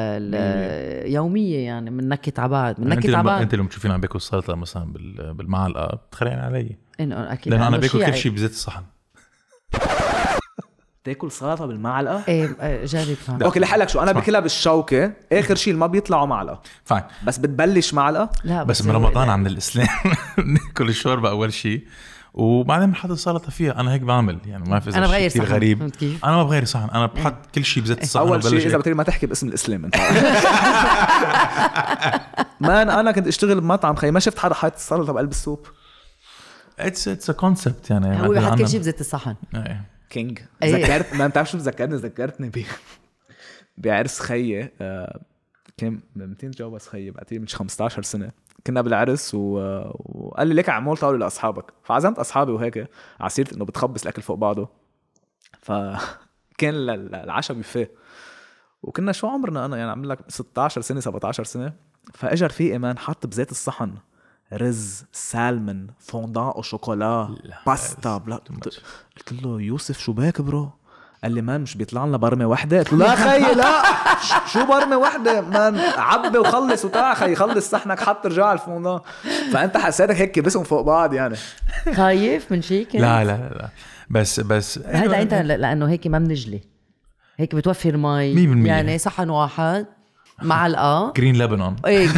اليومية يعني بننكت على بعض بننكت على بعض. أنت لما تشوفين عم باكل سلطة مثلا بالمعلقة بتخرين علي. إنه أكيد لأن أنا باكل كل شيء بزيت الصحن. تاكل سلطه بالمعلقه؟ ايه جرب. اوكي لحالك شو انا باكلها بالشوكه اخر شيء ما بيطلعوا معلقه فاين بس بتبلش معلقه. لا بس, بس من رمضان عند الاسلام ناكل الشوربه اول شيء وبعدين بنحط السلطه فيها. انا هيك بعمل يعني ما في انا بغير كثير غريب. انا ما بغير صحن، انا بحط كل شيء بزيت الصحن. اول شيء اذا بتريد ما تحكي باسم الاسلام انت مان انا كنت اشتغل بمطعم خي ما شفت حدا حاطط السلطه بقلب السوب. اتس اتس ا كونسبت يعني هو بحط كل شيء بزيت الصحن. كينج ذكرت ما بتعرف شو ذكرتني ذكرتني ب بعرس خيي آه... كان مئتين جوز خيي بعتقد من خمسة عشر سنه. كنا بالعرس و... وقال لي ليك عمول طاوله لاصحابك، فعزمت اصحابي وهيك على سيره انه بتخبص الاكل فوق بعضه. فكان العشاء بيفيه وكنا شو عمرنا انا يعني عمل لك ستة عشر سنه سبعة عشر سنه. فاجر في ايمان حط بزيت الصحن رز سالمون فوندان او شوكولا باستا بلا. قلت له يوسف شو باك برو؟ قال لي مان مش بيطلع لنا برمه واحده؟ قلت له لا خيي لا شو برمه واحده مان عبي وخلص وتاع خي خلص صحنك حط رجع الفوندان. فانت حسيتك هيك بسهم فوق بعض يعني خايف من شيء كده؟ لا لا لا بس بس هذا انت لانه هيك ما بنجلي هيك بتوفر مي يعني صحن واحد معلقه جرين لبنان ايه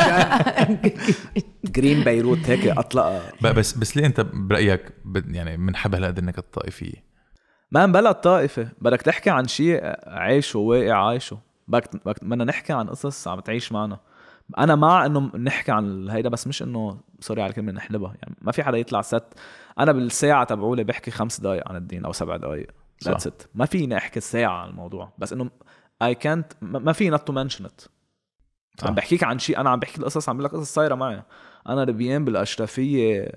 جرين بيروت هيك اطلقه. بس بس ليه انت برايك يعني بنحب هالقد انك الطائفيه؟ ما بلا الطائفه بدك تحكي عن شيء عايشه واقع عايشه بدك بدنا نحكي عن قصص عم تعيش معنا. انا مع انه نحكي عن هيدا بس مش انه سوري على الكلمه نحلبها يعني. ما في حدا يطلع ست انا بالساعه تبعولي بحكي خمس دقائق عن الدين او سبع دقائق that's it. ما فيني احكي ساعه عن الموضوع بس انه I can't ما في not to mention it. عم بحكيك عن شيء، انا عم بحكي القصص، عم بقول لك قصص صايره معي. انا ربيان بالاشرفيه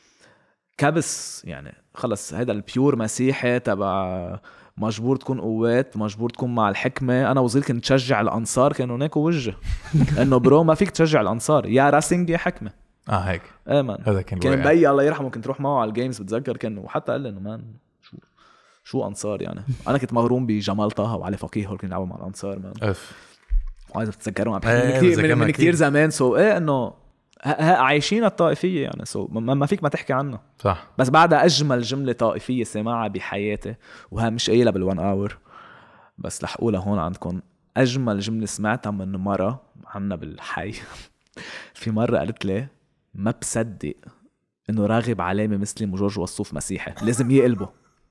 كبس يعني، خلص هذا البيور مسيحي تبع مجبور تكون قوات، مجبور تكون مع الحكمه. انا وزير كنت تشجع الانصار، كانوا هناك وجه انه برو ما فيك تشجع الانصار، يا راسينج يا حكمه. اه هيك ايه مان، هذا كان كان بي الله يرحمه كنت روح معه على الجيمز بتذكر، كان وحتى قال لي انه مان شو شو انصار يعني. انا كنت مغروم بجمال طه وعلي فقيه، هول كانوا يلعبوا مع الانصار مان. اف وعايز تتذكرون عم ايه بحكي من كثير من, من أكيد. كثير زمان. سو ايه انه ه- ه- عايشين الطائفيه يعني. سو ما, ما فيك ما تحكي عنها. صح. بس بعدها اجمل جمله طائفيه سمعها بحياتي، وها مش قايلها بالوان اور بس رح اقولها هون عندكم. اجمل جمله سمعتها من مره عنا بالحي في مره قالت لي ما بصدق انه راغب علامه مسلم وجورج وصوف مسيحي، لازم يقلبه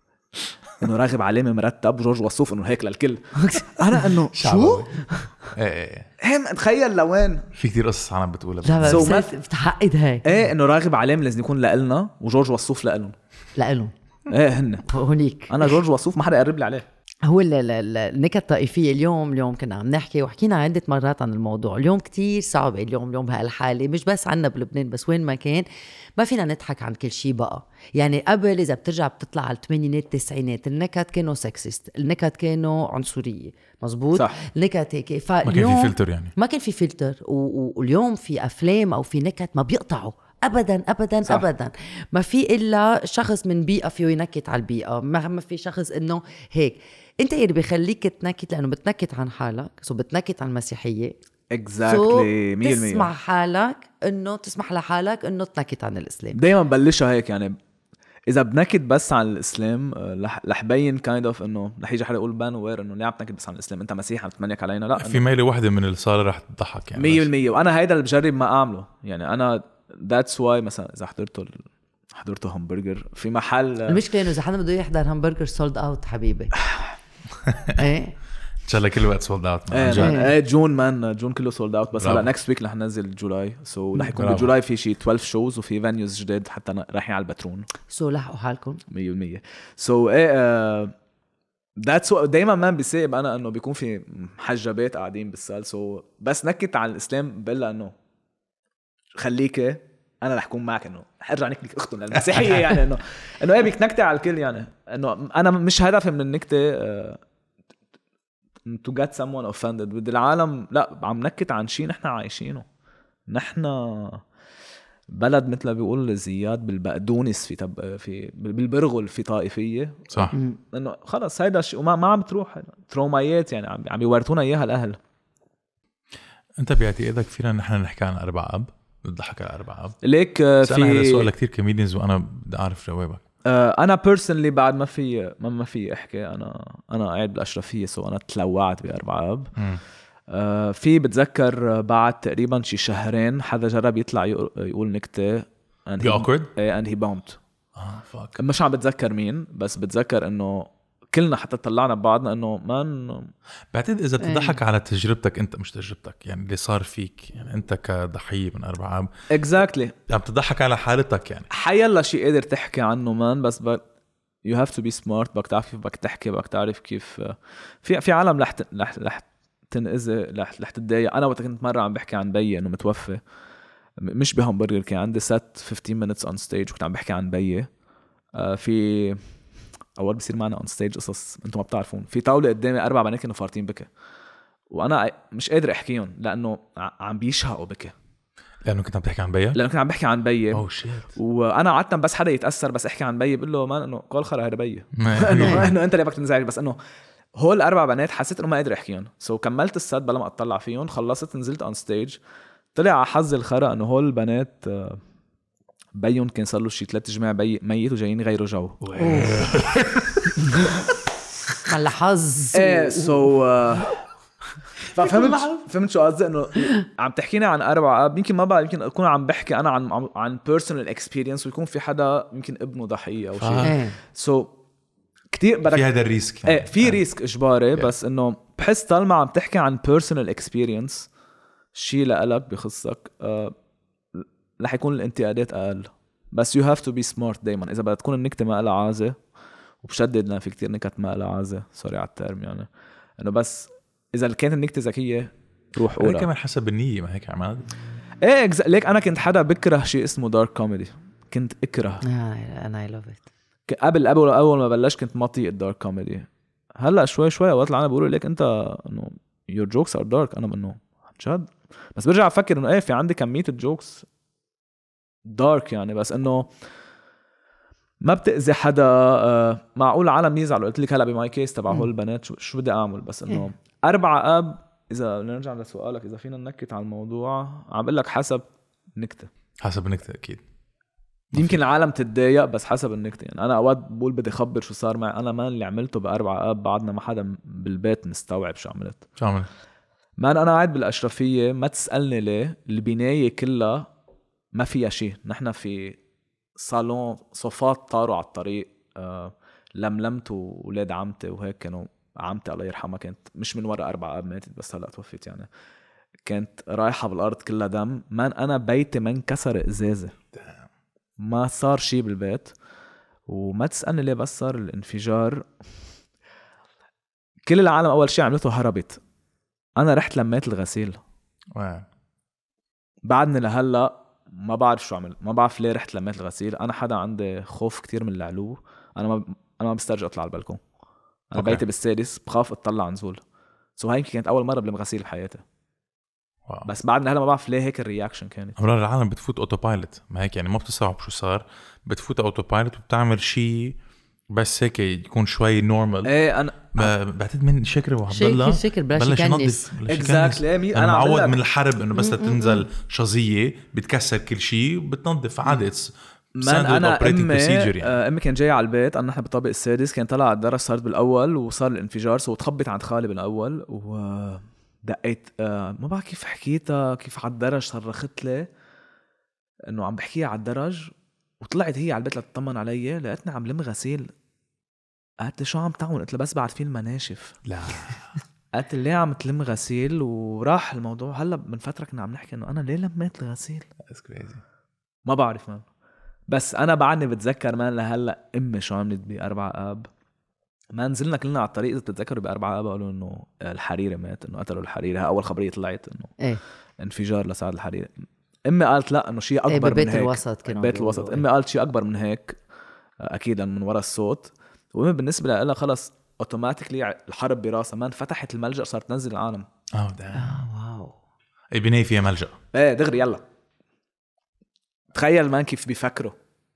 انه راغب علامه مرتب وجورج وصوف انه هيك للكل. انا انه شو ايه ايه هم تخيل لوين في كتير قصص عنا بتقولها. لا So بس ما- بتحقد هاي ايه انه راغب علامه لازم يكون لإلنا وجورج وصوف لإلهم. لإلهم ايه هن هونيك. انا جورج وصوف ما حدا يقرب لي عليه. هو ال- ال- ال- النكت الطائفية اليوم اليوم كنا عم نحكي وحكينا عدة مرات عن الموضوع. اليوم كتير صعب اليوم اليوم بهالحالة، مش بس عنا بلبنان بس وين ما كان، ما فينا نضحك عن كل شيء بقى. يعني قبل إذا بترجع بتطلع على الثمانينات التسعينات النكت كانوا سكسيست، النكت كانوا عنصرية، مزبوط صح. النكت هيك. ما فاليوم كان في فلتر يعني. ما كان في فلتر و- و- واليوم في أفلام أو في نكت ما بيقطعوا ابدا ابدا صح. ابدا. ما في الا شخص من بيئه فيه ينكت على البيئه، ما ما في شخص انه هيك. انت اللي بيخليك تنكت لانه بتنكت عن حالك، سو بتنكت عن المسيحيه، اكزاكتلي مية بالمية. تسمع حالك انه تسمح لحالك انه تنكت عن الاسلام. دايما بلشها هيك يعني. اذا بنكت بس عن الاسلام رح رح بين كايند اوف انه رح يجي حدا يقول بان وير انه ليه عم تنكت بس عن الاسلام، انت مسيحي عم تمنيك علينا. لا في ميله واحده من الصاله رح تضحك يعني مية بالمية. وانا هيدا اللي بجرب ما اعمله يعني. انا ذاتس واي مثلا اذا حضرته حضرته همبرجر في محل، المشكله انه اذا حدا بده يحضر همبرجر سولد اوت حبيبي. ايه ان شاء الله كل وقت سولد اوت. ايه جد. مان، ايه جون مان، جون كله سولد اوت. بس برافو. هلا نكست ويك رح ننزل جولاي. سو رح يكون برافو. بجولاي في شي اثنا عشر شوز وفي فانيوز جداد حتى ن- رايحين على الباترون. سو لحقوا حالكم. مية بالمية. سو ايه ذاتس دايما ما بيسيب انا انه بيكون في محجبات قاعدين بالسال. سو بس نكت عن الاسلام بقول انه خليكي انا رح اكون معك، انه ارجع نكتك اختهم للمسيحيه يعني. انه انه ايه بدك نكتة على الكل يعني. انه انا مش هدفي من النكته uh, to get someone offended. بدي العالم لا عم نكت عن شيء نحن عايشينه. نحن بلد مثل ما بيقول زياد بالبقدونس في تب... في بالبرغل في طائفيه صح. انه خلص هيدا الشيء وما ما عم تروح ترومايات يعني. عم عم يورثونا اياها الاهل. انت باعتقادك فينا نحن نحكي عن اربع اب؟ نضحك على اربع اب؟ ليك بس انا هذا في السؤال كتير كوميديانز وانا بدي اعرف جوابك. آه، انا بيرسونلي بعد ما في ما ما في احكي. انا انا قاعد بالاشرفيه سو انا تلوعت باربع اب. مم. آه، في بتذكر بعد تقريبا شي شهرين حدا جرب يطلع يقول, يقول نكته and Be awkward؟ ايه and he bombed. اه فاك. مش عم بتذكر مين بس بتذكر انه كلنا حتى طلعنا ببعضنا انه ما بعتقد اذا بتضحك على تجربتك انت مش تجربتك يعني اللي صار فيك يعني انت كضحيه من اربع اب اكزاكتلي عم تضحك على حالتك يعني. حيلا شيء قادر تحكي عنه مان. بس ب... you have to be smart. بدك تعرف كيف بدك تحكي. بدك تعرف كيف في في عالم رح رح رح تنأذي رح رح تتضايق. انا وقت كنت مره عم بحكي عن بيي انه متوفى مش بهمبرجر كان عندي set fifteen minutes on stage وكنت عم بحكي عن بيي. آه في اول بصير معنا on stage قصص انتم ما بتعرفون. في طاوله قدامي اربع بنات كانوا فارتين بكى وانا مش قادر احكيهم لانه عم بيشهقوا بكى لانه كنت عم تحكي عن بيا. لانه كنت عم بحكي عن بيي. اوه شيت. وانا عادة بس حدا يتاثر بس احكي عن بيي بقول له ما انه قول خرا هذا بيي انه انه انت اللي بدك تنزعج. بس انه هول اربع بنات حسيت انه ما قادر احكيهم. سو so كملت السد بلا ما اطلع فيهم. خلصت نزلت اون ستيج. طلع على حظ الخرا انه هول البنات بيهم كان صار له شي ثلاث جماع بي ميت وجايين يغيروا جو. على حظ. ايه سو ففهمت فهمت شو قصدي. انه عم تحكينا عن اربع اب يمكن ما بقى يمكن اكون عم بحكي انا عن عن بيرسونال اكسبيرينس ويكون في حدا يمكن ابنه ضحيه او شيء. ايه سو كتير بدك في هذا الريسك يعني. ايه في ريسك اجباري. بس انه بحس طالما عم تحكي عن بيرسونال اكسبيرينس شيء لإلك بخصك آه رح يكون الانتقادات اقل. بس you have to be smart دايما. اذا بدها تكون النكته ما لها عازه وبشدد لنا في كتير نكت ما لها عازه سوري على الترم يعني. انه بس اذا كانت النكته ذكيه روح انا قولها. كمان حسب النية، ما هيك عماد. ايه اكز... ليك انا كنت حدا بكره شيء اسمه دارك كوميدي، كنت اكره آه انا اي لاف ات. ك- قبل قبل اول ما بلش كنت مطيء الدارك كوميدي. هلا شوي شوي اوقات العالم بيقولوا ليك انت انه your jokes are dark، انا انه عن جد بس برجع افكر انه ايه في عندي كميه الجوكس دارك يعني، بس انه ما بتأذي حدا. آه معقول العالم يزعلوا. قلت لك هلا بماي كيس تبع هول البنات شو, شو بدي اعمل، بس انه اربع اب. اذا نرجع لسؤالك اذا فينا ننكت على الموضوع، عم بقول لك حسب نكته. حسب النكتة اكيد. يمكن العالم تتضايق بس حسب النكته يعني. انا اوقات بقول بدي اخبر شو صار معي، انا ما اللي عملته باربع اب بعدنا ما حدا بالبيت مستوعب شو عملت. شو عمل؟ ما انا قاعد بالاشرفيه، ما تسالني ليه، البنايه كلها ما فيها شيء. نحن في صالون صفات طاروا على الطريق. آه لملمت وولاد عمتي وهيك كانوا. عمتي الله يرحمها كانت مش من وراء أربعة أب ماتت بس هلا توفيت يعني. كانت رايحة بالأرض كلها دم. ما أنا بيتي ما انكسر إزازة، ما صار شيء بالبيت. وما تسألني ليه بس صار الانفجار. كل العالم أول شيء عملته هربت، أنا رحت لميت الغسيل. واو. بعدني لهلا ما بعرف شو عمل، ما بعرف ليه رحت لميت الغسيل. أنا حدا عندي خوف كتير من العلو. أنا ما أنا ما بسترجع أطلع على البلكون. أنا أوكي. بيتي بالسادس بخاف أطلع نزول. سو هاي كانت أول مرة بلم غسيل بحياتي. واو. بس بعدني هلا ما بعرف ليه هيك الرياكشن كانت. امرار العالم بتفوت اوتو بايلوت، ما هيك يعني ما بتستوعب شو صار، بتفوت اوتو بايلوت وبتعمل شيء بس هيك يكون شوي نورمال. ايه انا بعتقد من شكر وعبد الله شكر شكر بلاش يكنس. اكزاكتلي. انا انا معود عم من الحرب انه بس تنزل شظيه بتكسر كل شيء وبتنظف عادي. من انا امي يعني. آه، امي كان جاي على البيت. انا نحن بالطابق السادس، كان طلع على الدرج صارت بالاول وصار الانفجار. سو تخبط عند خالي بالاول ودقيت. آه، ما بعرف كيف حكيتها، كيف على الدرج صرخت لي انه عم بحكيها على الدرج. وطلعت هي على البيت لتطمن علي، لقيتني عم لم غسيل. قالت لي شو عم تعمل؟ قلت لها بس بعد في المناشف. لا قالت لي ليه عم تلم غسيل؟ وراح الموضوع. هلا من فتره كنا عم نحكي انه انا ليه لميت الغسيل. ما بعرف مان، بس انا بعدني بتذكر مان لهلا امي شو عملت بأربعة اب. ما نزلنا كلنا على الطريق. اذا بتتذكروا بأربعة اب قالوا انه الحريري مات، انه قتلوا الحريري. اول خبريه طلعت انه ايه انفجار لسعد الحريري. امي قالت لا انه شيء ايه اكبر ببيت من هيك. الوسط كانوا بيت الوسط. امي قالت شيء اكبر من هيك اكيد من وراء الصوت. وامي بالنسبه لها خلص اوتوماتيكلي الحرب براسها. ما فتحت الملجأ صارت تنزل العالم. اه ده اه واو. اي بنايه فيها ملجأ. ايه دغري يلا. تخيل مان كيف بيفكروا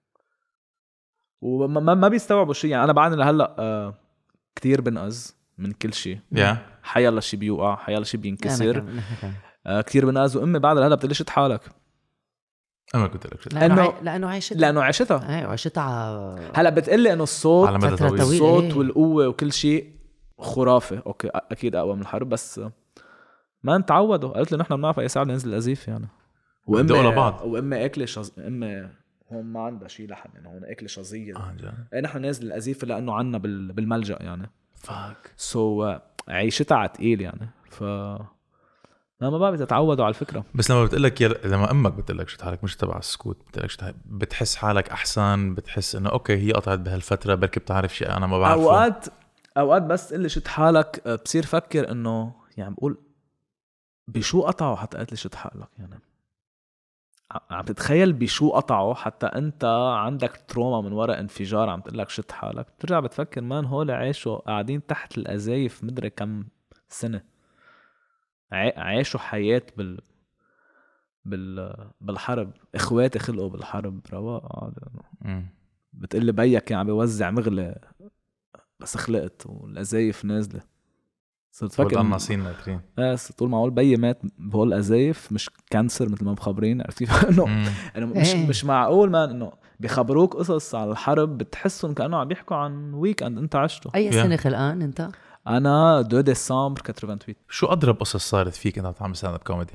وما ما بيستوعبوا شيء يعني. انا بعدني لهلا آه كتير بنقز من كل شيء. يا حيلا شيء بيوقع، حيلا شيء بينكسر. أنا كمان. آه كتير بنقز. وامي بعد لهلا بتقلش حالك انا قلت لك شو لانه لأنه- عي... لانه عايشتها. لانه عاشتها. ايه عايشتها على هلا بتقلي انه الصوت على مدى فترة طويل. طويلة. الصوت إيه. والقوه وكل شيء خرافه. اوكي اكيد اقوى من الحرب، بس ما نتعودوا. قالت لي نحن بنعرف اي ساعه ننزل الازيف يعني. بدقوا لبعض. وامي اكله شز... امي هون ما عندها شيء لحن يعني. هون اكله شظيه. اه جد ايه نحن نازل الازيف لانه عنا بال... بالملجأ يعني. فاك. سو so, عيشتها على تقيل يعني. ف ما ما بعرف اذا تعودوا على الفكره. بس لما بتقلك يل... لما امك بتقلك شو حالك مش تبع السكوت، بتقلك شو بتحس حالك احسن، بتحس انه اوكي هي قطعت بهالفتره بركي بتعرف شيء انا ما بعرفه. اوقات اوقات بس قلي شت حالك بصير فكر انه يعني بقول بشو قطعوا حتى قلت لي شت حالك يعني. عم تتخيل بشو قطعوا حتى انت عندك تروما من وراء انفجار عم تقول لك شت حالك. بترجع بتفكر مان هول عاشوا قاعدين تحت الازايف مدري كم سنه، عاشوا حياه بال بال بالحرب. اخواتي خلقوا بالحرب رواق. بتقلي بيك كان عم بيوزع مغلى بس خلقت والازايف نازله. صرت فكر والقناصين ناطرين. بس طول ما اقول بيي مات بهول الازايف مش كانسر مثل ما مخبرين. عرفتي انه انه مش مش معقول مان انه بيخبروك قصص على الحرب بتحسهم كانوا عم بيحكوا عن ويك اند انت عشته. اي سنه خلقان انت؟ انا دو ديسمبر ثمانية وثمانين. شو اضرب قصص صارت فيك انت عم تعمل ستاند اب كوميدي؟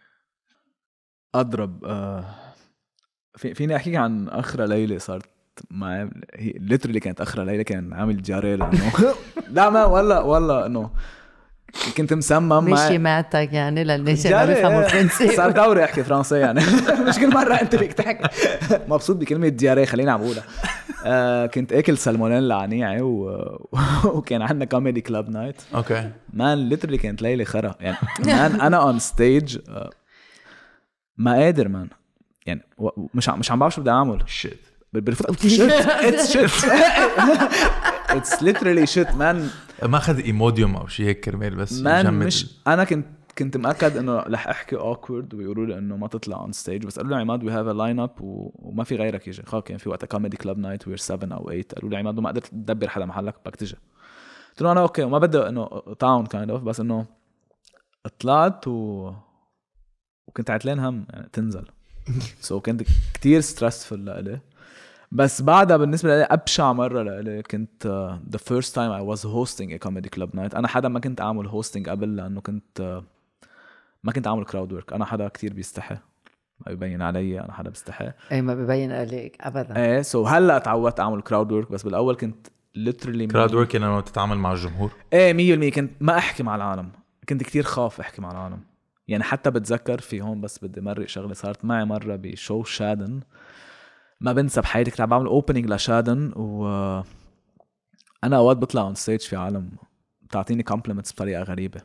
اضرب آه في فيني احكي عن اخرى ليلى صارت معي. هي ليترلي كانت اخرى ليلى كان عامل جاري لانه لا ما ولا ولا انه كنت مسمم ماشي معتك يعني للناس اللي بيفهموا فرنسي. صار دوري احكي فرنسي يعني. مش كل مره انت فيك تحكي. مبسوط بكلمه دياري خليني عم بقولها. آه كنت اكل سالمونيلا عنيعه و... وكان عندنا كوميدي كلاب نايت. اوكي مان ليترلي كانت ليله خرا يعني. مان انا اون ستيج ما قادر مان يعني مش مش عم بعرف شو بدي اعمل. شيت بالفوت شيت اتس شيت اتس ليترلي شيت مان. ما اخذ ايموديوم او شيء هيك كرمال بس مان مش انا كنت كنت مأكد انه رح احكي awkward ويقولوا لي انه ما تطلع اون ستيج بس قالوا لي عماد we have a line up وما في غيرك يجي. خلص كان في وقت كوميدي كلاب نايت وير سبعة او ثمانية. قالوا لي عماد ما قدرت تدبر حدا محلك بدك تيجي. قلت له انا اوكي وما بدي انه تاون كايند اوف بس انه طلعت و... وكنت عتلان هم يعني تنزل سو so كنت كتير ستريسفل لإلي. بس بعدها بالنسبة لي أبشع مرة لإلي كنت uh, the first time I was hosting a comedy club night. أنا حدا ما كنت أعمل hosting قبل لأنه كنت uh, ما كنت أعمل crowd work. أنا حدا كتير بيستحي ما بيبين علي. أنا حدا بيستحي أي ما بيبين عليك أبدا. إيه سو so هلأ تعودت أعمل crowd work بس بالأول كنت literally crowd work إنه تتعامل مع الجمهور. إيه مية بالمية كنت ما أحكي مع العالم. كنت كتير خاف أحكي مع العالم يعني. حتى بتذكر في هون بس بدي مرق شغلة صارت معي مرة بشو شادن ما بنسى بحياتي. كنت عم بعمل اوبننج لشادن وانا اوقات بطلع اون ستيج في عالم بتعطيني كومبلمنتس بطريقه غريبه.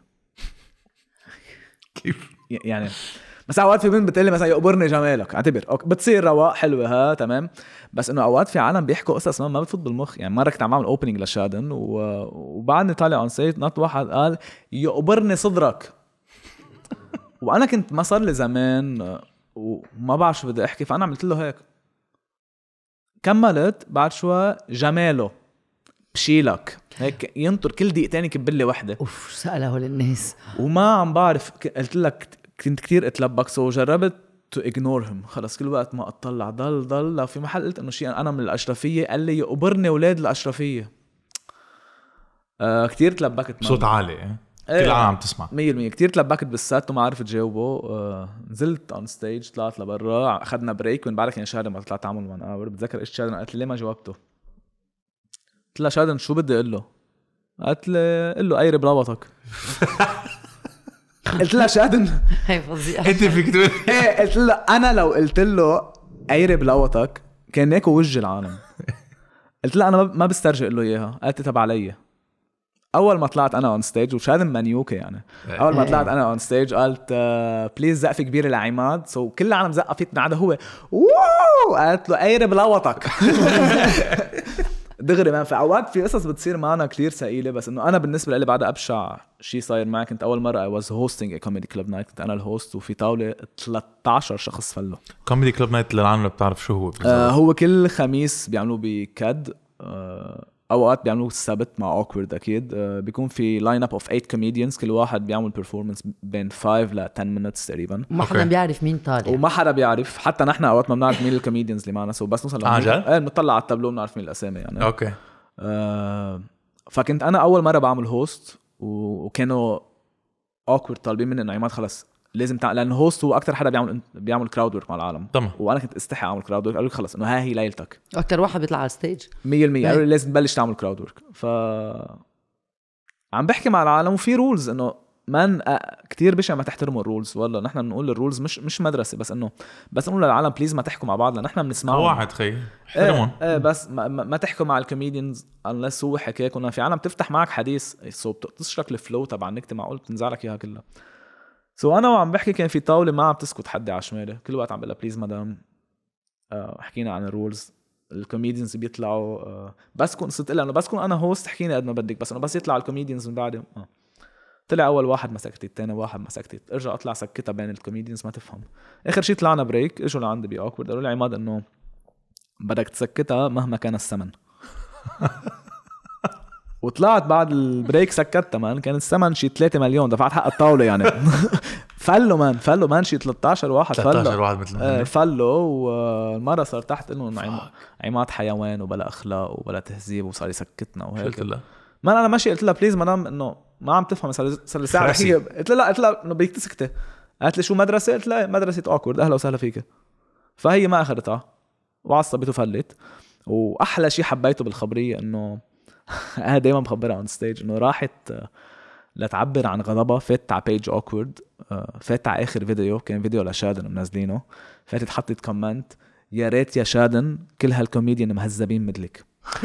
كيف يعني مثلا اوقات في بنت بتقلي مثلا يقبرني جمالك اعتبر أوكي. بتصير رواق حلوه ها تمام. بس انه اوقات في عالم بيحكوا قصص ما بتفوت بالمخ. يعني مره كنت عم بعمل اوبننج لشادن و... وبعدني طالع اون ستيج نط واحد قال يقبرني صدرك وانا كنت ما صار لي زمان وما بعرف شو بدي احكي فانا عملت له هيك. كملت بعد شوي جماله بشيلك هيك ينطر كل دقيقتين يكب لي وحده. اوف سأله للناس وما عم بعرف. قلت لك كنت كتير اتلبك سو جربت تو اجنورهم. خلص كل وقت ما اطلع ضل ضل في محل قلت انه شيء انا من الاشرفيه قال لي يقبرني اولاد الاشرفيه. آه كتير تلبكت صوت عالي ايه. كل العالم عم تسمع مية بالمية. كتير تلبكت بالسات وما عرفت جاوبه. آه نزلت اون ستيج طلعت لبرا اخذنا بريك من بعدك يعني شادن ما طلعت اعمل وان اور. بتذكر ايش شادن قالت لي ليه ما جاوبته. قلت لها شادن شو بدي اقول له. قالت لي قل له ايرب رابطك. قلت لها شادن هي فظيعه انت فيك تقول ايه. قلت له انا لو قلت له ايرب لوطك كان ياكل وجه العالم. قلت لها انا ما بسترجع اقول له اياها. قالت تبع علي. اول ما طلعت انا اون ستيج وشادن منيوكه يعني. اول ما طلعت انا اون ستيج قالت بليز زقفه كبيره لعماد. سو so كل العالم زقفت من عدا هو واو. قالت له ايرب لوطك. دغري ما في اوقات في قصص بتصير معنا كتير ثقيله. بس انه انا بالنسبه لي بعد ابشع شيء صاير معي كنت اول مره اي واز هوستينج ا كوميدي كلوب نايت. كنت انا الهوست وفي طاوله ثلاثة عشر شخص فلوا. كوميدي كلوب نايت للعالم اللي بتعرف شو هو آه هو كل خميس بيعملوه بكاد. آه اوقات بيعملوه السبت مع اوكورد اكيد. آه بيكون في لاين اب اوف ثمانية كوميديانز كل واحد بيعمل بيرفورمانس بين خمسة ل عشرة مينتس تقريبا. ما حدا بيعرف مين طالع وما حدا بيعرف. حتى نحن اوقات ما بنعرف مين الكوميديانز اللي معنا. سو بس نوصل عجل ايه بنطلع على التابلو بنعرف مين الاسامي يعني. اوكي. آه فكنت انا اول مره بعمل هوست وكانوا اوكورد طالبين مني انه عماد خلص لازم تع... لان هوست هو اكتر حدا بيعمل بيعمل كراود ورك مع العالم. طبعا. وانا كنت استحي اعمل كراود ورك. قالوا لي خلص انه ها هي ليلتك. اكتر واحد بيطلع على الستيج مية بالمية. قالوا لي لازم تبلش تعمل كراود ورك. ف عم بحكي مع العالم وفي رولز انه من كتير بشع ما تحترموا الرولز. والله نحن بنقول الرولز مش مش مدرسه بس انه بس نقول للعالم بليز ما تحكوا مع بعض لان نحن بنسمعهم. واحد خي احترمهم. ايه, ايه بس ما, ما تحكوا مع الكوميديانز unless هو حكاك. كنا في عالم تفتح معك حديث سو بتشرك الفلو تبع النكته معقول بتنزعلك اياها كلها. سو انا وعم بحكي كان في طاوله ما عم تسكت حد على شمالي. كل وقت عم بقول لها بليز مدام آه حكينا عن الرولز. الكوميديانز بيطلعوا آه بس كون صرت لها انه بس كون انا هوست حكيني قد ما بدك. بس انه بس يطلع الكوميديانز من بعدي آه. طلع اول واحد ما سكتت الثاني واحد ما سكتت. ارجع اطلع سكتها بين الكوميديانز ما تفهم. اخر شيء طلعنا بريك اجوا لعندي بأوكورد قالوا لي عماد انه بدك تسكتها مهما كان الثمن. وطلعت بعد البريك سكتها مان. كان الثمن شي ثلاثة مليون دفعت حق الطاوله يعني. فلو مان فلو مان شي ثلاثة عشر واحد فلو ثلاثة عشر واحد مثل آه فلو. والمره صار تحت انه عماد حيوان وبلا اخلاق وبلا تهذيب وصار يسكتنا وهيك. قلت لها ما انا ماشي قلت لها بليز مدام انه ما عم تفهم. صار صار لي ساعه بحكي. قلت لها قلت لها انه بدك تسكتي. قالت لي شو مدرسه. قلت لها مدرسه اوكورد اهلا وسهلا فيك. فهي ما اخذتها وعصبت وفلت. واحلى شيء حبيته بالخبريه انه انا دايما بخبرها اون ستيج انه راحت لتعبر عن غضبها. فات على بيج اوكورد. فات على اخر فيديو كان فيديو لشادن منزلينه. فاتت حطت كومنت يا ريت يا شادن كل هالكوميديان مهذبين مثلك.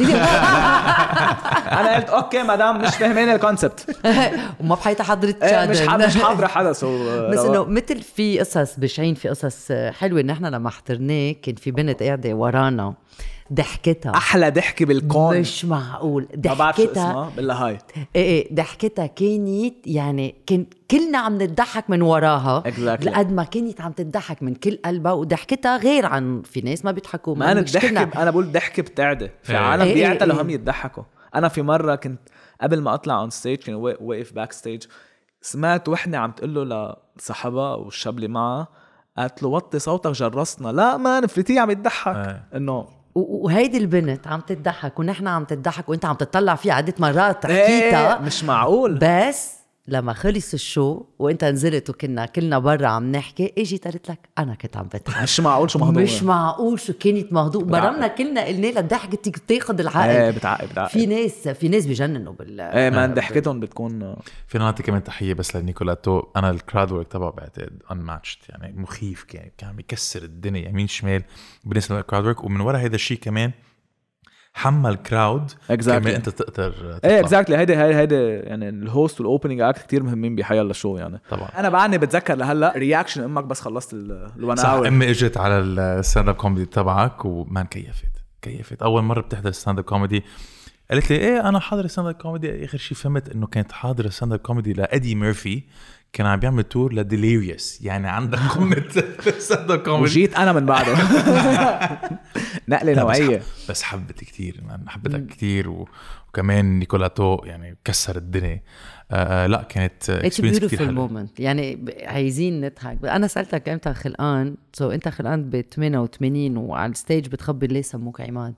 انا قلت اوكي مدام مش فاهمين الكونسبت وما بحياتها حضرت مش شادن. حاضر مش حاضره حدث. بس انه مثل في قصص بشعين، في قصص حلوه ان احنا لما حضرناه كان في بنت قاعده ورانا ضحكتها احلى ضحكه بالكون، مش معقول ما بعرف شو ضحكتها. اسمها بالله هاي ايه ايه ضحكتها كانت يعني كن كلنا عم نضحك من وراها Exactly. لقد ما كانت عم تضحك من كل قلبها، وضحكتها غير عن في ناس ما بيضحكوا. ما انا مش كلنا. الضحكه انا بقول ضحكه بتعدي في إيه. عالم إيه إيه بيعتلوا إيه. هم يضحكوا. انا في مره كنت قبل ما اطلع اون ستيج كان وا- واقف باك ستيج، سمعت وحده عم تقول له لصاحبها والشاب اللي معها، قالت له وطي صوتك جرسنا. لا ما نفلتيه عم يضحك إيه. انه و- وهيدي البنت عم تضحك ونحن عم تضحك وانت عم تطلع فيها عدة مرات إيه تحكيتها. مش معقول. بس لما خلص الشو وانت نزلت وكنا كلنا برا عم نحكي، اجي قالت لك انا كنت عم بضحك. مش معقول شو مهضومه. مش معقول شو كانت مهضوم. برمنا كلنا قلنا لها الضحكة تاخذ العقل. ايه بتعقد بتعقد في ناس في ناس بجننوا بال ايه ما ضحكتهم بتكون. فينا نعطي كمان تحيه بس لنيكولاتو. انا الكراود ورك تبعه بعتقد انماتشد، يعني مخيف، كان كان عم يكسر الدنيا يمين شمال بالنسبه للكراود ورك. ومن ورا هذا الشيء كمان حمل كراود Exactly. كمان انت تقدر تطلع. ايه اكزاكتلي هيدي هيدي هيدي يعني الهوست والاوبننج اكت كتير مهمين بحياة الشو يعني. طبعا انا بعدني بتذكر لهلا رياكشن امك بس خلصت الوان صح. اور. امي اجت على الستاند اب كوميدي تبعك وما كيفت كيفت اول مره بتحضر ستاند اب كوميدي. قالت لي ايه انا حاضر ستاند اب كوميدي. اخر شيء فهمت انه كانت حاضر ستاند اب كوميدي لادي ميرفي، كان عم بيعمل تور لديليريوس، يعني عندك قمه ستاند اب كوميدي. وجيت انا من بعده نقله نوعيه. بس, بس حبت كتير، حبتك كتير و... وكمان نيكولاتو يعني كسر الدنيا. آه لا كانت اكسبيرينس كتير حلوه يعني ب- عايزين نضحك. انا سالتك امتى خلقان، سو so انت خلقان ب ثمانية وثمانين وعلى الستيج بتخبر ليه سموك عماد.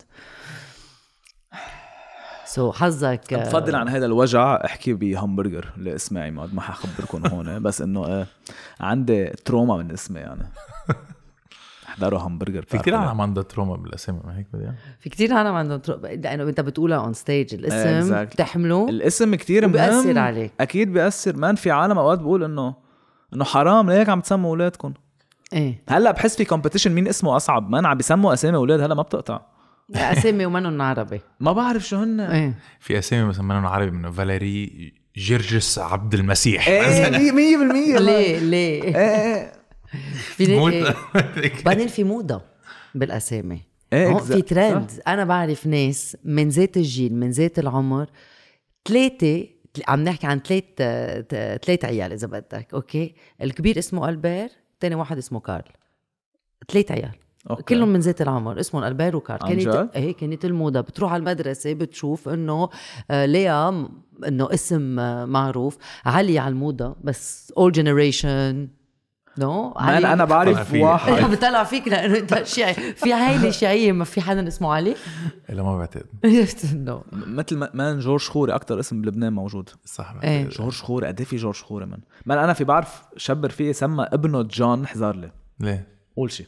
سو so حظك. بفضل عن هذا الوجع احكي بهمبرجر اللي اسمه عماد، ما حخبركم هون بس انه آه عندي تروما من اسمي يعني. احضروا همبرجر. في كتير عالم عندها تروما بالاسامي، ما هيك بدي. في كتير عالم عندهم ترو... لانه انت بتقولها اون ستيج الاسم exactly. تحمله الاسم كتير بيأثر مهم. عليك. اكيد بيأثر. مان في عالم اوقات بقول انه انه حرام ليك عم تسموا اولادكم. ايه هلا بحس في كومبيتيشن مين اسمه اصعب. مان عم بيسموا اسامي اولاد هلا ما بتقطع. اسامي ومنهم عربي. ما بعرف شو هن. ايه في اسامي مثلا منهم عربي، منه فاليري جرجس عبد المسيح. ايه مية بالمية. ليه ليه ايه في موت. إيه؟ بعدين في موضة بالاسامي. ايه هون في exact. ترند. انا بعرف ناس من ذات الجيل من ذات العمر، ثلاثه عم نحكي عن ثلاث ثلاث عيال اذا بدك. اوكي الكبير اسمه البير، ثاني واحد اسمه كارل، ثلاث عيال أوكي. كلهم من ذات العمر اسمهم البير وكارل. عن كانت جد؟ ايه كانت الموضه بتروح على المدرسه بتشوف انه آه ليا انه اسم آه معروف. علي على الموضه بس all generation نو no. مان انا بعرف في- واحد انا بطلع فيك لانه انت شيعي. في عائله شيعيه ما في حدا اسمه علي. الا ما بعتقد. نو مثل ما- مان جورج خوري اكتر اسم بلبنان موجود. صح إيه. بعتقد. جورج خوري قد ايه في جورج خوري مان. مان انا في بعرف شبر فيه سمى ابنه جون. احذر لي ليه قول شي.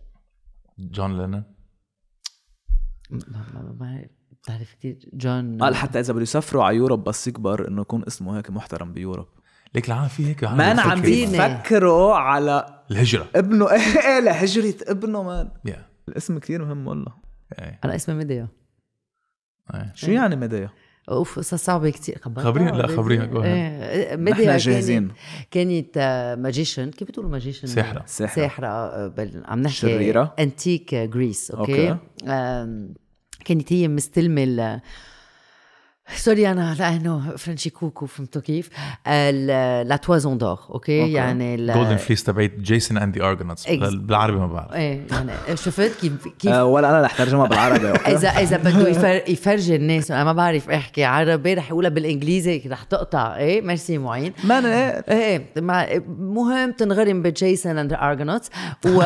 جون لينن؟ ما ما ما بتعرف كثير جون. قال حتى اذا بده يسافروا على يوروب بس يكبر انه يكون اسمه هيك محترم بيوروب. ليك العالم في هيك عالم ما انا عم بتفكر بيفكر. بيفكروا على الهجرة. ابنه. ايه لهجرة ابنه مان. يا الاسم كتير مهم والله. ايه انا اسمي ميديا. ايه شو يعني مدايا؟ اوف قصة صعبة كتير. خبرتها خبرينا- لا، بدي- خبرينا، go ahead. ايه نحن ميديا جاهزين. كانت ماجيشن. كيف بتقولوا ماجيشن؟ ساحرة. ساحرة. ساحرة آه، بال... عم نحكي شريرة. انتيك جريس. اوكي, أوكي. آم، كانت هي مستلمة ال- سوري انا لانه فرنشي كوكو فهمتوا كيف لا توازون دور. اوكي, أوكي. يعني ال- جولدن فليس تبعت جيسون اند ذا ارجونتس. Ex- بالعربي ما بعرف. ايه يعني شفت كيف كيف آه ولا انا رح ترجمها بالعربي. أوكي. اذا اذا بده يفر يفرجي الناس انا ما بعرف احكي عربي رح يقولها بالانجليزي رح تقطع. ايه ميرسي معين. ما انا ايه ايه مع مهم تنغرم بجيسون اند ارجونوتس و...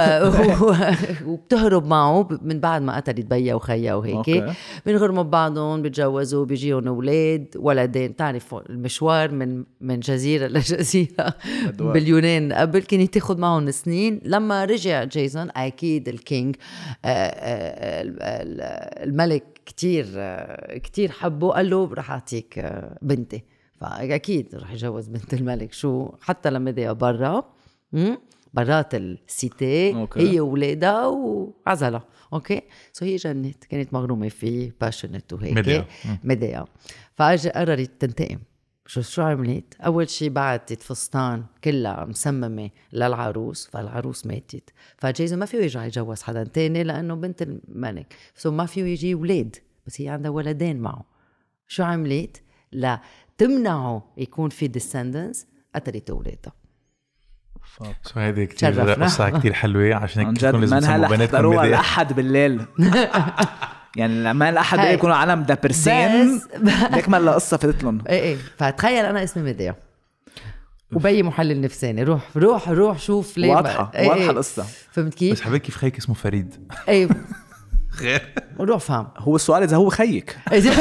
وبتهرب معه من بعد ما قتلت بيا وخيا وهيك. أوكي. بينغرموا ببعضهم بيتجوزوا بيجيهم اولاد ولدين. تعرف المشوار من من جزيره لجزيره باليونان قبل كانت تاخذ معهم سنين. لما رجع جيسون اكيد الكينج آه، آه، ال- ال- الملك كتير آه، كتير حبه. قال له رح اعطيك آه، بنتي. فاكيد رح يجوز بنت الملك شو حتى لما بدها برا. مم؟ برات السيتي. أوكي. هي وولادها وعزلها. اوكي سو هي جنت كانت مغرومه فيه باشنت وهيك ميديا. ميديا. فاجي قررت تنتقم. شو شو عملت؟ اول شيء بعتت فستان كلها مسممه للعروس، فالعروس ماتت، فجايزه ما فيه يرجع يتجوز حدا تاني لانه بنت الملك، سو ما فيه يجي ولاد، بس هي عندها ولدين معه. شو عملت؟ لا تمنعه يكون في ديسندنس، قتلت اولادها. سو هيدي كتير شرفنا. قصة كتير حلوة، عشان هيك عن كلكم جد لازم من تسموا هلا بناتكم حضروها ميديا. الأحد بالليل. يعني لما الأحد هاي. يكونوا عالم دبرسين بس- ليك ما قصة فاتت لهم. ايه ايه فتخيل انا اسمي ميديا وبي محلل نفساني، روح روح روح شوف ليه واضحة إيه واضحة إيه. القصة. فهمت بس كيف؟ حبيت كيف خيك اسمه فريد. ايه غير روح فهم. هو السؤال إذا هو خيك.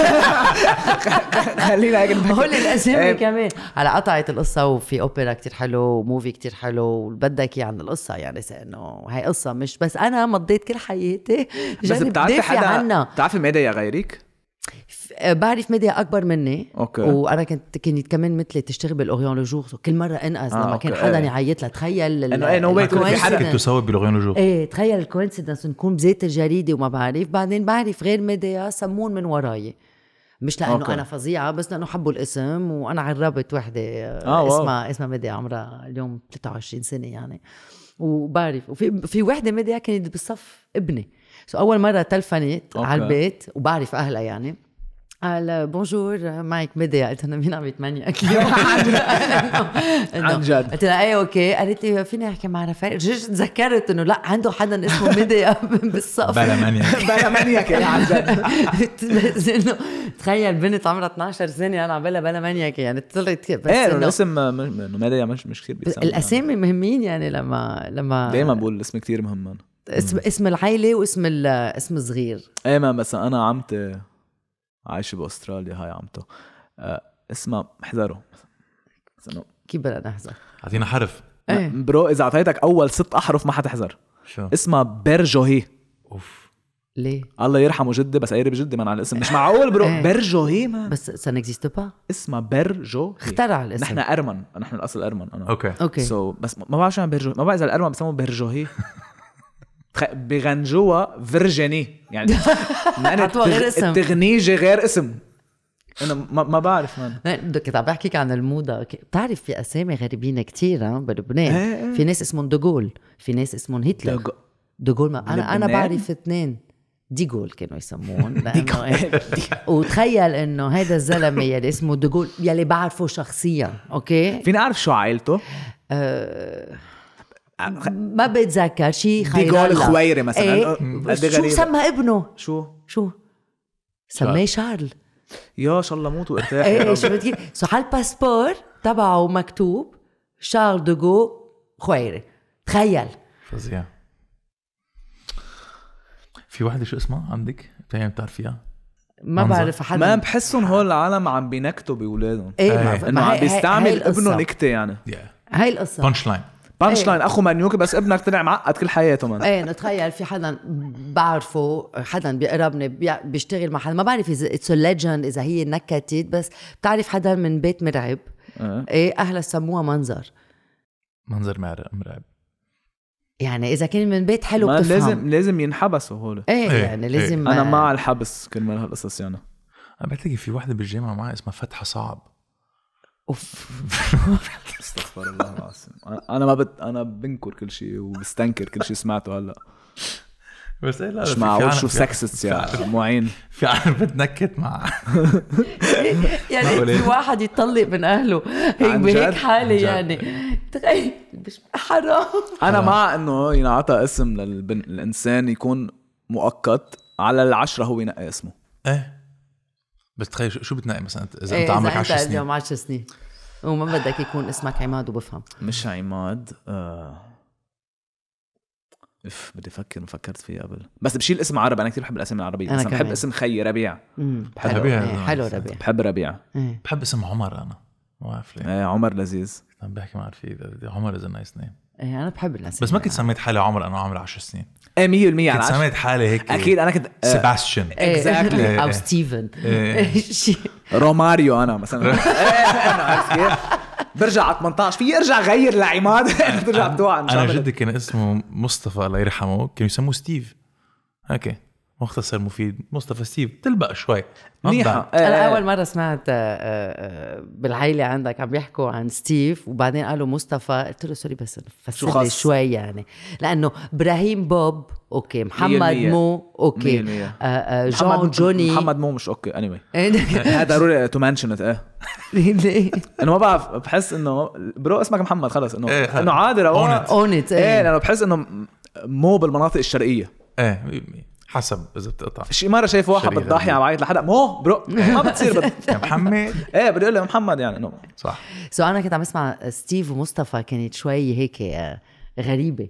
خلينا هيك نفكر. هول الاسامي إيه. كمان على قطعة القصة، وفي اوبرا كتير حلو وموفي كتير حلو، وبدك عن القصة يعني انه هاي قصة مش بس انا مضيت كل حياتي بس جانب بتعرفي دافع حدا عنها. بتعرفي ميديا غيرك؟ بعرف ميديا اكبر مني. أوكي. وانا كنت كنت كمان مثلي تشتغل بالاوريون لو جور، كل مره انقذ آه، لما كان أوكي. حدا إيه. يعيط لها. تخيل إنه إيه، no way يكون في حدا كنت تسوي بلغين وجوه. ايه تخيل الكوينسيدنس نكون بزيت الجريده وما بعرف، بعدين بعرف غير ميديا سمون من وراي، مش لانه أوكي. انا فظيعه بس لانه حبوا الاسم. وانا عربت وحده آه، واو. اسمها اسمها ميديا عمرها اليوم ثلاثة وعشرين سنه يعني، وبعرف. وفي في وحده ميديا كانت بالصف ابني، سو اول مره تلفنت أوكي. على البيت وبعرف اهلها يعني، قال بونجور معك ميديا. قلت انا مين عم يتمنيك؟ عن جد. قلت لها ايه اوكي. قالت لي فيني احكي مع رفاق. رجعت تذكرت انه لا عنده حدا اسمه ميديا بالصف. بلا مانيا. بلا مانياك يا عن جد. بس انه تخيل بنت عمرها اثناشر سنه انا عبالها بلا مانياك يعني، طلعت بس ايه انه الاسم انه ميديا مش مش كثير بيسمع. الاسامي مهمين يعني. لما لما دايما بقول الاسم كثير مهم. اسم اسم العائله واسم ال- اسم الصغير. ايه ما بس انا عمتي عايشه باستراليا، هاي عمته آه اسمها احذروا بس انه كيف بدنا نحذر؟ اعطينا حرف. ايه برو اذا اعطيتك اول ست احرف ما حتحذر. شو؟ اسمها برجوهي. اوف. ليه؟ الله يرحمه جدي، بس قريب جدي من على الاسم مش معقول برو. إيه. برجوهي ما بس سا نكزيست با، اسمها برجوهي. اخترع الاسم. نحن ارمن، نحن الاصل ارمن انا. اوكي. اوكي سو so, بس ما بعرف شو عن برجوهي، ما بعرف اذا الارمن بسموه برجوهي. تخ- بغنجوها فيرجيني يعني. لأن عطوها غير اسم. التغنيجة غير اسم. انا ما, ما بعرف من كنت عم بحكيك عن الموضة. بتعرف في اسامي غريبين كتير ها بلبنان. إيه إيه. في ناس اسمهم دوغول، في ناس اسمهم هتلر. دغ- دوغول ما انا انا بلبنان؟ بعرف اثنين ديغول كانوا يسمون لانه إيه. وتخيل انه هذا الزلمه يلي اسمه دوغول يلي بعرفه شخصيا اوكي فيني اعرف شو عائلته. أه ما بتذكر شيء خير ديغول الله. خويري مثلا. ايه قد شو غريبة. سمى ابنه؟ شو شو سماه شارل. يا شاء الله موت وارتاح. ايه ايه شو بتقول؟ سو على الباسبور تبعه مكتوب شارل دوغو خويري. تخيل. فظيع. في واحدة شو اسمها عندك؟ بتعرفي بتعرفيها؟ ما منظر. بعرف حدا. ما بحسهم هول العالم عم بينكتوا بأولادهم، ايه إيه. ما- انه ما عم هي- هي- هي بيستعمل القصة. ابنه نكته يعني. هاي القصة. بانش لاين. بانش إيه. لاين اخو منيوكي، بس ابنك طلع معقد كل حياته من. ايه نتخيل في حدا بعرفه، حدا بيقربني بي- بيشتغل مع حدا، ما بعرف اذا اتس ليجند اذا هي نكتت، بس بتعرف حدا من بيت مرعب. إيه. ايه اهلها سموها منظر. منظر مرعب مرعب. يعني اذا كان من بيت حلو ما بتفهم. لازم لازم ينحبسوا هول. ايه إيه. يعني لازم. انا مع الحبس كرمال هالقصص يعني. انا بتلاقي في واحدة بالجامعة معها اسمها فتحة صعب. اوف استغفر الله العظيم. أنا- انا ما بت... انا بنكر كل شيء وبستنكر كل شيء سمعته هلا. بس إيه لا مش في- معقول في شو عالم- سكسست يا معين. في عالم بتنكت مع يعني معقولة؟ في واحد يطلق من اهله هيك عن بهيك جد؟ حالة عن جد. يعني. تخيل مش حرام. انا مع انه ينعطى اسم للبن... الانسان يكون مؤقت، على العشرة هو ينقي اسمه. ايه. بس تخيل شو- شو بتنقي مثلا إنت- اذا إيه انت عمرك إذا عشر أنت سنين؟ اليوم عشر سنين وما بدك يكون اسمك عماد وبفهم. مش عماد. آه... اف بدي افكر، ما فكرت فيه قبل، بس بشيل اسم عربي. انا كثير بحب الاسامي العربيه. أنا مثلا بحب كمان. اسم خي ربيع. امم حلو. حلو. ربيع. إيه، حلو ربيع. بحب ربيع. إيه. بحب اسم عمر انا، ما بعرف ليه. ايه عمر لذيذ. عم بحكي مع رفيق عمر از نايس نيم. ايه انا بحب الناس. بس ما كنت سميت حالي عمر انا عمري عشر سنين. ايه مية بالمية كنت على سميت حالي هيك اكيد انا كنت آه، سيباستيان. exactly. او إيه. ستيفن. إيه. شيء روماريو انا مثلا. إيه، أنا عارف كيف. برجع على ثمانية عشر في ارجع غير لعماد برجع بتوعى. انا جدي كان اسمه مصطفى الله يرحمه كانوا يسموه ستيف هيك مختصر مفيد مصطفى ستيف تلبق شوي منيحة. انا اول مره سمعت بالعائله عندك عم بيحكوا عن ستيف وبعدين قالوا مصطفى قلت له سوري بس فسر لي شوي يعني لانه ابراهيم بوب اوكي محمد مو اوكي آه جون محمد جوني محمد مو مش اوكي اني هذا ضروري تو منشن ات اه ليه انا ما بعرف بحس انه برو اسمك محمد خلص انه إيه انه عادي اونت اونت ايه انا بحس انه مو بالمناطق الشرقيه ايه حسب اذا بتقطع شي مره شايف واحد بالضاحيه عم بعيط لحدا مو برو ما بتصير بد... يا محمد ايه بدي اقول له محمد يعني انه صح. سو انا كنت عم اسمع ستيف ومصطفى كانت شوي هيك غريبه.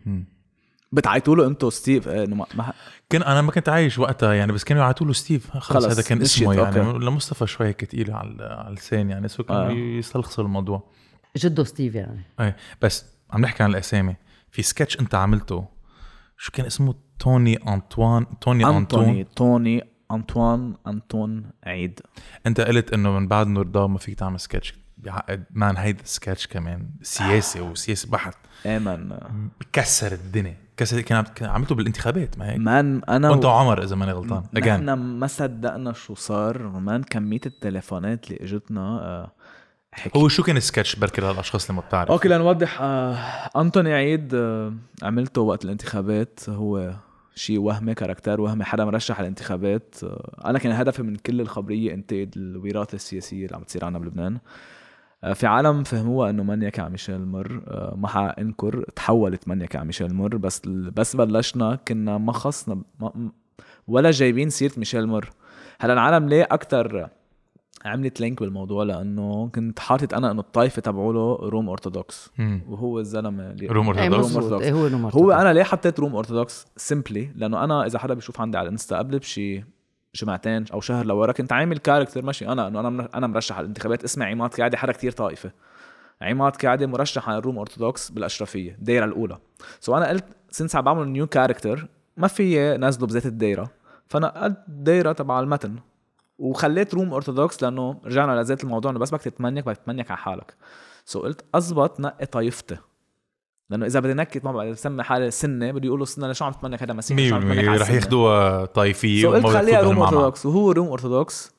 بتعيطوا له انتو ستيف انه ما, ما كان انا ما كنت عايش وقتها يعني بس كانوا يعيطوا له ستيف خلص, خلص هذا كان اسمه يعني أوكي. لمصطفى شوي كتير على على اللسان يعني سو كانوا آه. يستلخصوا الموضوع جده ستيف يعني ايه. بس عم نحكي عن الاسامي في سكتش انت عملته شو كان اسمه توني أنطوان توني أنطوني توني أنطوان أنطون عيد. أنت قلت إنه من بعد نوردا ما فيك تعمل سكتش بيعقد مان هيدا سكتش كمان سياسي وسياسي بحت آمن بكسر الدنيا كسر كان عملته بالانتخابات ما هيك مان أنا وأنت وعمر إذا ماني غلطان نحن ما صدقنا شو صار مان كمية التليفونات اللي اجتنا آه حكي. هو شو كان السكتش بركي للأشخاص اللي ما بتعرف؟ أوكي لنوضح آه أنطوني عيد آه عملته وقت الانتخابات هو شيء وهمي كاركتر وهمي حدا مرشح على الانتخابات آه أنا كان هدفي من كل الخبرية إنتاج الوراثة السياسية اللي عم تصير عنا بلبنان. آه في عالم فهموها إنه مانيك على ميشيل مر آه ما حأنكر تحولت مانيك على ميشيل مر بس بس بلشنا كنا ما خصنا ما ولا جايبين سيرة ميشيل مر. هلا العالم ليه أكتر عملت لينك بالموضوع لانه كنت حاطط انا انه الطائفه تبعوله روم ارثوذكس وهو الزلمه اللي روم ارثوذكس إيه هو, هو انا ليه حطيت روم ارثوذكس سيمبلي لانه انا اذا حدا بيشوف عندي على الانستا قبل بشي جمعتين او شهر لورا كنت عامل كاركتر ماشي انا انه انا انا مرشح على الانتخابات اسمي عماد كعادي حدا كتير طائفه عماد كعادي مرشح على الروم ارثوذكس بالاشرفيه الدائره الاولى. سو انا قلت سنس عم بعمل نيو كاركتر ما في نازله بذات الدائره فانا قلت الدائره تبع المتن وخليت روم أرثوذكس لأنه رجعنا لذات الموضوع إنه بس بدك تتمنيك بدك تتمنيك على حالك. سو قلت أزبط نقي طائفته لأنه إذا بدي نكت ما بدي أسمي حالي سنة بدي يقولوا سنة لشو عم تتمنيك هذا مسيحي رح ياخدوها طائفية. سو قلت خليها روم أرثوذكس وهو روم أرثوذكس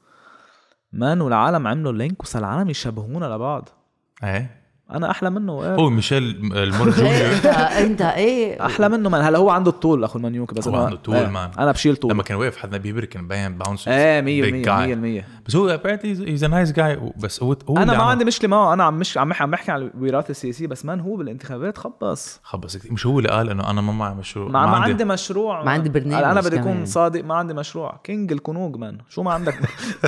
مان والعالم عملوا لينك وصار العالم يشبهونا لبعض. إيه انا احلى منه إيه؟ هو ميشيل المر جونيور انت انت ايه احلى منه مان. هلا هو عنده الطول اخو المنيوكي بس هو عنده طول ايه. مان انا بشيل طول لما كان واقف حدا بيبر كان باين باونس ايه مية بالمية بس هو apparently he's a nice guy بس هو هو انا ما عندي مشكله معه انا عم مش عم عم بحكي عن الوراثه السياسيه بس مان هو بالانتخابات خبص خبص كتير. مش هو اللي قال انه انا ما معي مشروع ما, ما عندي, عندي مشروع ما عندي برنامج انا بدي اكون صادق ما عندي مشروع كينج الكنوج مان شو ما عندك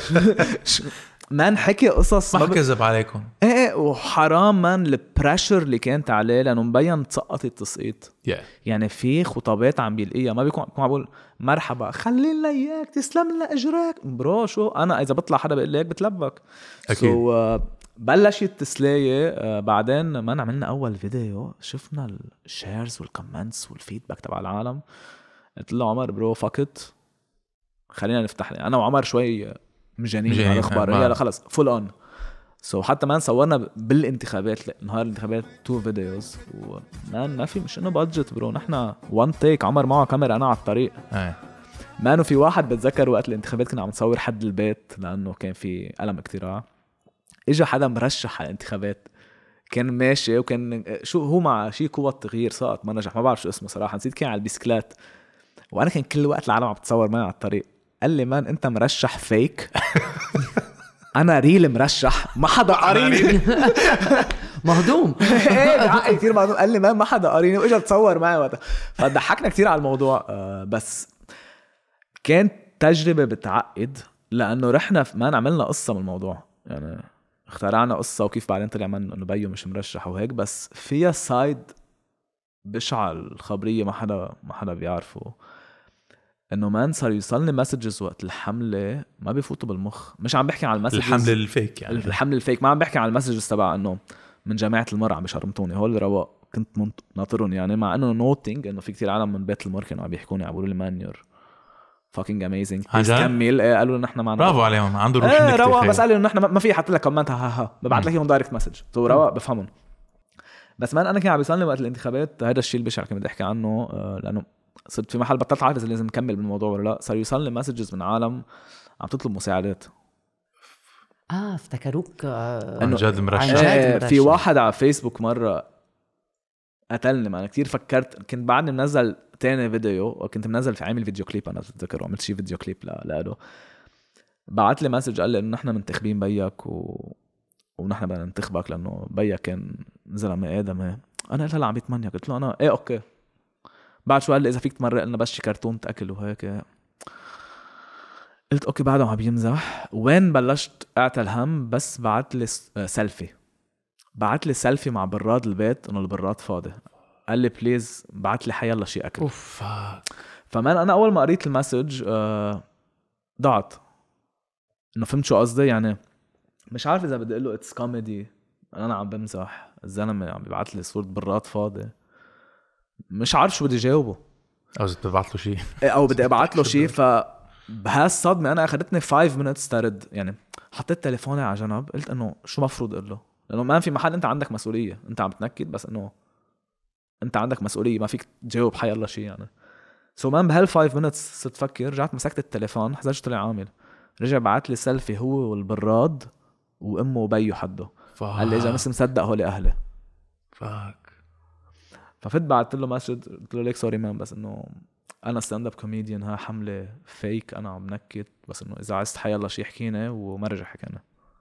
مان حكي قصص ما كذب عليكم ايه ايه وحرام مان البريشر اللي كانت عليه لانه مبين تسقط التسقيط yeah. يعني في خطابات عم بيلقيها ما بيكون عم بقول مرحبا خلي لنا اياك تسلم لنا اجرك برو شو انا اذا بطلع حدا بيقول لك بتلبك اكيد so, uh, بلشت التسلية uh, بعدين ما عملنا اول فيديو شفنا الشيرز والكومنتس والفيدباك تبع العالم قلت له عمر برو فكت خلينا نفتح انا وعمر شوي مجانين على الاخبار هي خلص فول اون سو so, حتى ما صورنا بالانتخابات نهار الانتخابات تو فيديوز ومان ما في مش انه بادجت برو نحن وان تيك عمر معه كاميرا انا على الطريق ايه ما انه في واحد بتذكر وقت الانتخابات كنا عم نصور حد البيت لانه كان في ألم اقتراع اجى حدا مرشح على الانتخابات كان ماشي وكان شو هو مع شيء قوة تغيير سقط ما نجح ما بعرف شو اسمه صراحة نسيت كان على البيسكلات وانا كان كل وقت العالم عم تتصور معي على الطريق قال لي مان انت مرشح فيك انا ريل مرشح ما حدا قاريني مهضوم ايه حقي كتير مهضوم قال لي مان ما حدا قاريني واجا تصور معي وقتها فضحكنا كتير على الموضوع بس كانت تجربة بتعقد لانه رحنا ما عملنا قصة من الموضوع يعني اخترعنا قصة وكيف بعدين طلع من انه بيو مش مرشح وهيك بس فيها سايد بشعة الخبرية ما حدا ما حدا بيعرفه انه مان صار يوصلني مسجز وقت الحمله ما بيفوتوا بالمخ مش عم بحكي على المسجز الحمله الفيك يعني الحمله الفيك ما عم بحكي على المسجز تبع انه من جماعه المر عم بيشرمطوني هول الرواق كنت ناطرهم يعني مع انه نوتينج انه في كتير عالم من بيت المر كانوا عم بيحكوني عم بيقولوا لي مان يور fucking amazing عن جد؟ كمل. إيه قالوا نحن معنا برافو عليهم عنده روح ايه النكتة روا. خير. بس قالوا نحن ما في حتى لك كومنت ها ها ببعث لك اياهم دايركت مسج تو روا بفهمهم. بس ما انا كان عم بيصلني وقت الانتخابات هذا الشيء البشع كنت بدي احكي عنه آه، لانه صرت في محل بطلت عارف اذا لازم نكمل بالموضوع ولا لا. صار يوصلني مسجز من عالم عم تطلب مساعدات. اه افتكروك آه عن جد مرشح. عن جد ايه مرشح. في واحد على فيسبوك مره قتلني. ما انا كتير فكرت كنت بعدني منزل تاني فيديو وكنت منزل في عامل فيديو كليب انا بتذكر عملت شي فيديو كليب لا لا بعت لي مسج قال لي انه نحن منتخبين بيك و... ونحن بدنا ننتخبك لانه بيك كان زلمه ادمي. انا قلت له عم بيتمنيك. قلت له انا ايه اوكي. بعد شو قال لي اذا فيك تمرق لنا بس شي كرتون اكل وهيك. قلت اوكي بعده عم بيمزح. وين بلشت اعتل هم بس بعت لي سيلفي بعت لي سيلفي مع براد البيت انه البراد فاضي. قال لي بليز بعت لي حيلا شي اكل. اوف فمان انا اول ما قريت المسج آه ضعت انه فهمت شو قصدي. يعني مش عارف اذا بدي اقول له اتس كوميدي انا عم بمزح الزلمه عم بيبعت لي صوره براد فاضي. مش عارف شو بدي جاوبه او اذا ببعث له شيء او بدي ابعت له شيء. فبهالصدمه انا اخذتني خمسة minutes ترد. يعني حطيت تليفوني على جنب قلت انه شو مفروض اقول له لانه ما في محل انت عندك مسؤوليه. انت عم بتنكد بس انه انت عندك مسؤوليه ما فيك تجاوب حي الله شيء. يعني سو مان بهال خمسة minutes صرت افكر. رجعت مسكت التليفون حزرت طلع عامل رجع بعت لي سيلفي هو والبراد وامه وبيو حده. قال لي اذا مش مصدق هولي اهلي. فاك ففت بعت له مسج قلت له ليك سوري مان بس انه انا ستاند اب كوميديان ها حمله فيك انا عم نكت بس انه اذا عايز حي الله شيء حكينا وما رجع حكينا.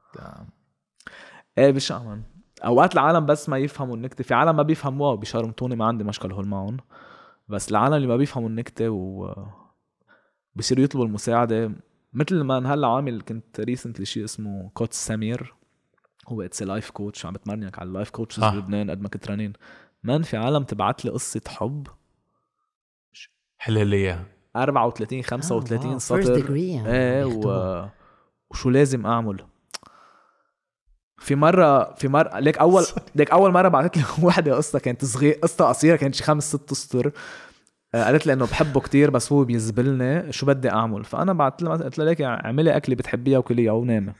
ايه بشأمن اوقات العالم بس ما يفهموا النكته. في عالم ما بيفهموها وبيشرمطوني ما عندي مشكله هول معهم. بس العالم اللي ما بيفهموا النكته و بيصيروا يطلبوا المساعده مثل ما هلا عامل كنت ريسنتلي شيء اسمه كوتش سمير. هو اتس لايف كوتش عم بتمرنك على اللايف كوتشز آه. بلبنان قد ما كنت رنين. مان في عالم تبعت لي قصه حب حلاليه أربعة وثلاثين خمسة وثلاثين آه سطر. first degree يعني ايه و... وشو لازم اعمل. في مره في مره ليك اول ليك اول مره بعثت لي وحده قصه كانت صغيره قصه قصيره كانت شي خمس ست سطر. قالت لي انه بحبه كتير بس هو بيزبلني شو بدي اعمل. فانا بعت لها قلت لها ليك اعملي اكله بتحبيها وكليها ونامي.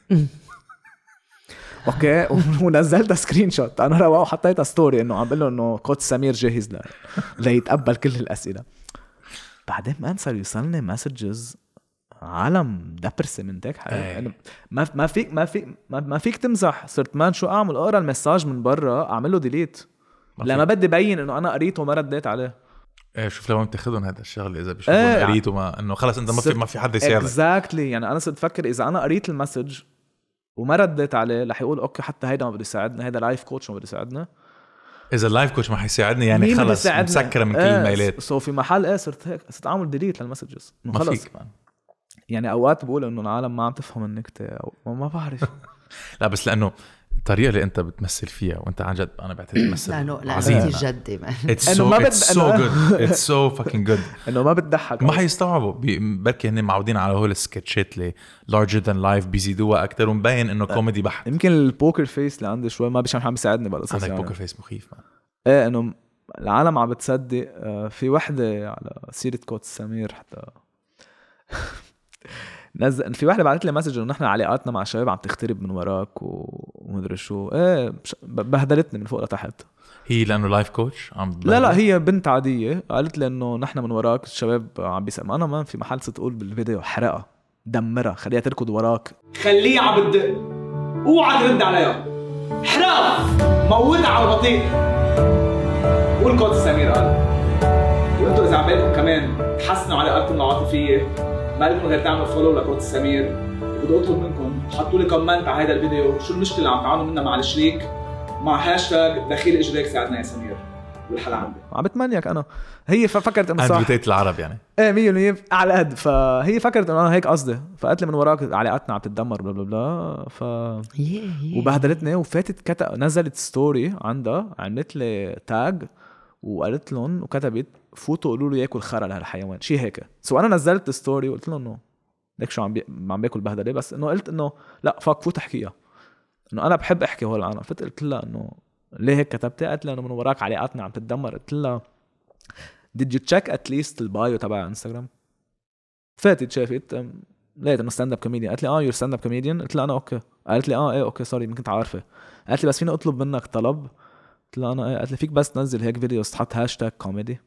اوكي ونزلتها سكرين شوت انا روا وحطيتها ستوري انه عم بقول له انه كوتش سمير جاهز ل... ليتقبل كل الاسئله. بعدين ما صار يوصلني مسجز عالم دبرسه من ديك حقيقة. ما ما فيك ما فيك ما, ما فيك تمزح. صرت مان شو اعمل اقرا المساج من برا اعمل له ديليت لا ما بدي بين انه انا قريته وما رديت عليه. ايه شوف لو بتاخذهم هذا الشغل اذا بيشوفون ايه قريت وما انه خلص انت ما في ما في حد يساعدك. اكزاكتلي يعني انا صرت افكر اذا انا قريت المسج وما رديت عليه رح يقول اوكي حتى هيدا ما بده يساعدنا هيدا لايف كوتش ما بده يساعدنا. اذا اللايف كوتش ما حيساعدني يعني خلص مسكره من كل آه الميلات. سو في محل ايه صرت هيك صرت اعمل ديليت للمسجز ما خلص. فيك يعني اوقات بقول انه العالم ما عم تفهم النكته او ما بعرف. لا بس لانه الطريقه اللي انت بتمثل فيها وانت عن جد انا بعتبر تمثل لانه لانه عظيم. انت جدي It's so it's so good it's so fucking good. انه ما بتضحك ما حيستوعبوا بركي هن معودين على هول السكتشات اللي larger than life بيزيدوها اكثر ومبين انه كوميدي بحت. يمكن البوكر فيس اللي عندي شوي ما بيشان عم بيساعدني بالقصص. عندك يعني بوكر فيس مخيف ما. ايه انه العالم عم بتصدق. في وحده على سيره كوتش سمير حتى نزل في واحدة بعثت لي مسج انه نحن علاقاتنا مع الشباب عم تخترب من وراك ومدري شو. ايه بهدلتني من فوق لتحت. هي لانه لايف كوتش عم لا لا هي بنت عادية قالت لي انه نحن من وراك الشباب عم بيسأل. انا ما في محل ستقول بالفيديو حرقها دمرها خليها تركض وراك خليها عم بدق اوعى ترد عليها حرقها موتها على البطيء. والكوتش سمير قال وانتوا اذا عمالكم كمان تحسنوا علاقاتكم العاطفية ما لكم غير تعملوا فولو لكوتش سمير. بدي اطلب منكم حطوا لي كومنت على هذا الفيديو شو المشكله اللي عم تعانوا منها مع الشريك مع هاشتاج دخيل اجريك ساعدنا يا سمير. والحلقه عندي عم بتمنيك انا. هي فكرت انه صح عند العرب يعني ايه مية بالمية على قد. فهي فكرت انه انا هيك قصدي فقالت لي من وراك علاقاتنا عم تتدمر بلا بلا بلا. ف وبهدلتني وفاتت كتب نزلت ستوري عندها عملت لي تاج وقالت لهم وكتبت فوتوا قولوا له ياكل خرا لهالحيوان شيء هيك. سو انا نزلت ستوري وقلت له انه ليك شو عم بي... عم باكل بهدله بس انه قلت انه لا فاك فوت احكيها انه انا بحب احكي هول العالم. فت قلت لها انه ليه هيك كتبتي. قالت لي انه من وراك علاقاتنا عم تتدمر. قلت لها did you check at least البايو تبع انستغرام فاتت شافت لقيت انه ستاند اب كوميديان. قالت لي اه يور ستاند اب كوميديان. قلت لها انا اوكي. قالت لي اه ايه اوكي سوري ما كنت عارفه. قالت لي بس فيني اطلب منك طلب. قلت لها انا ايه. قالت لي فيك بس تنزل هيك فيديوز تحط هاشتاج كوميدي.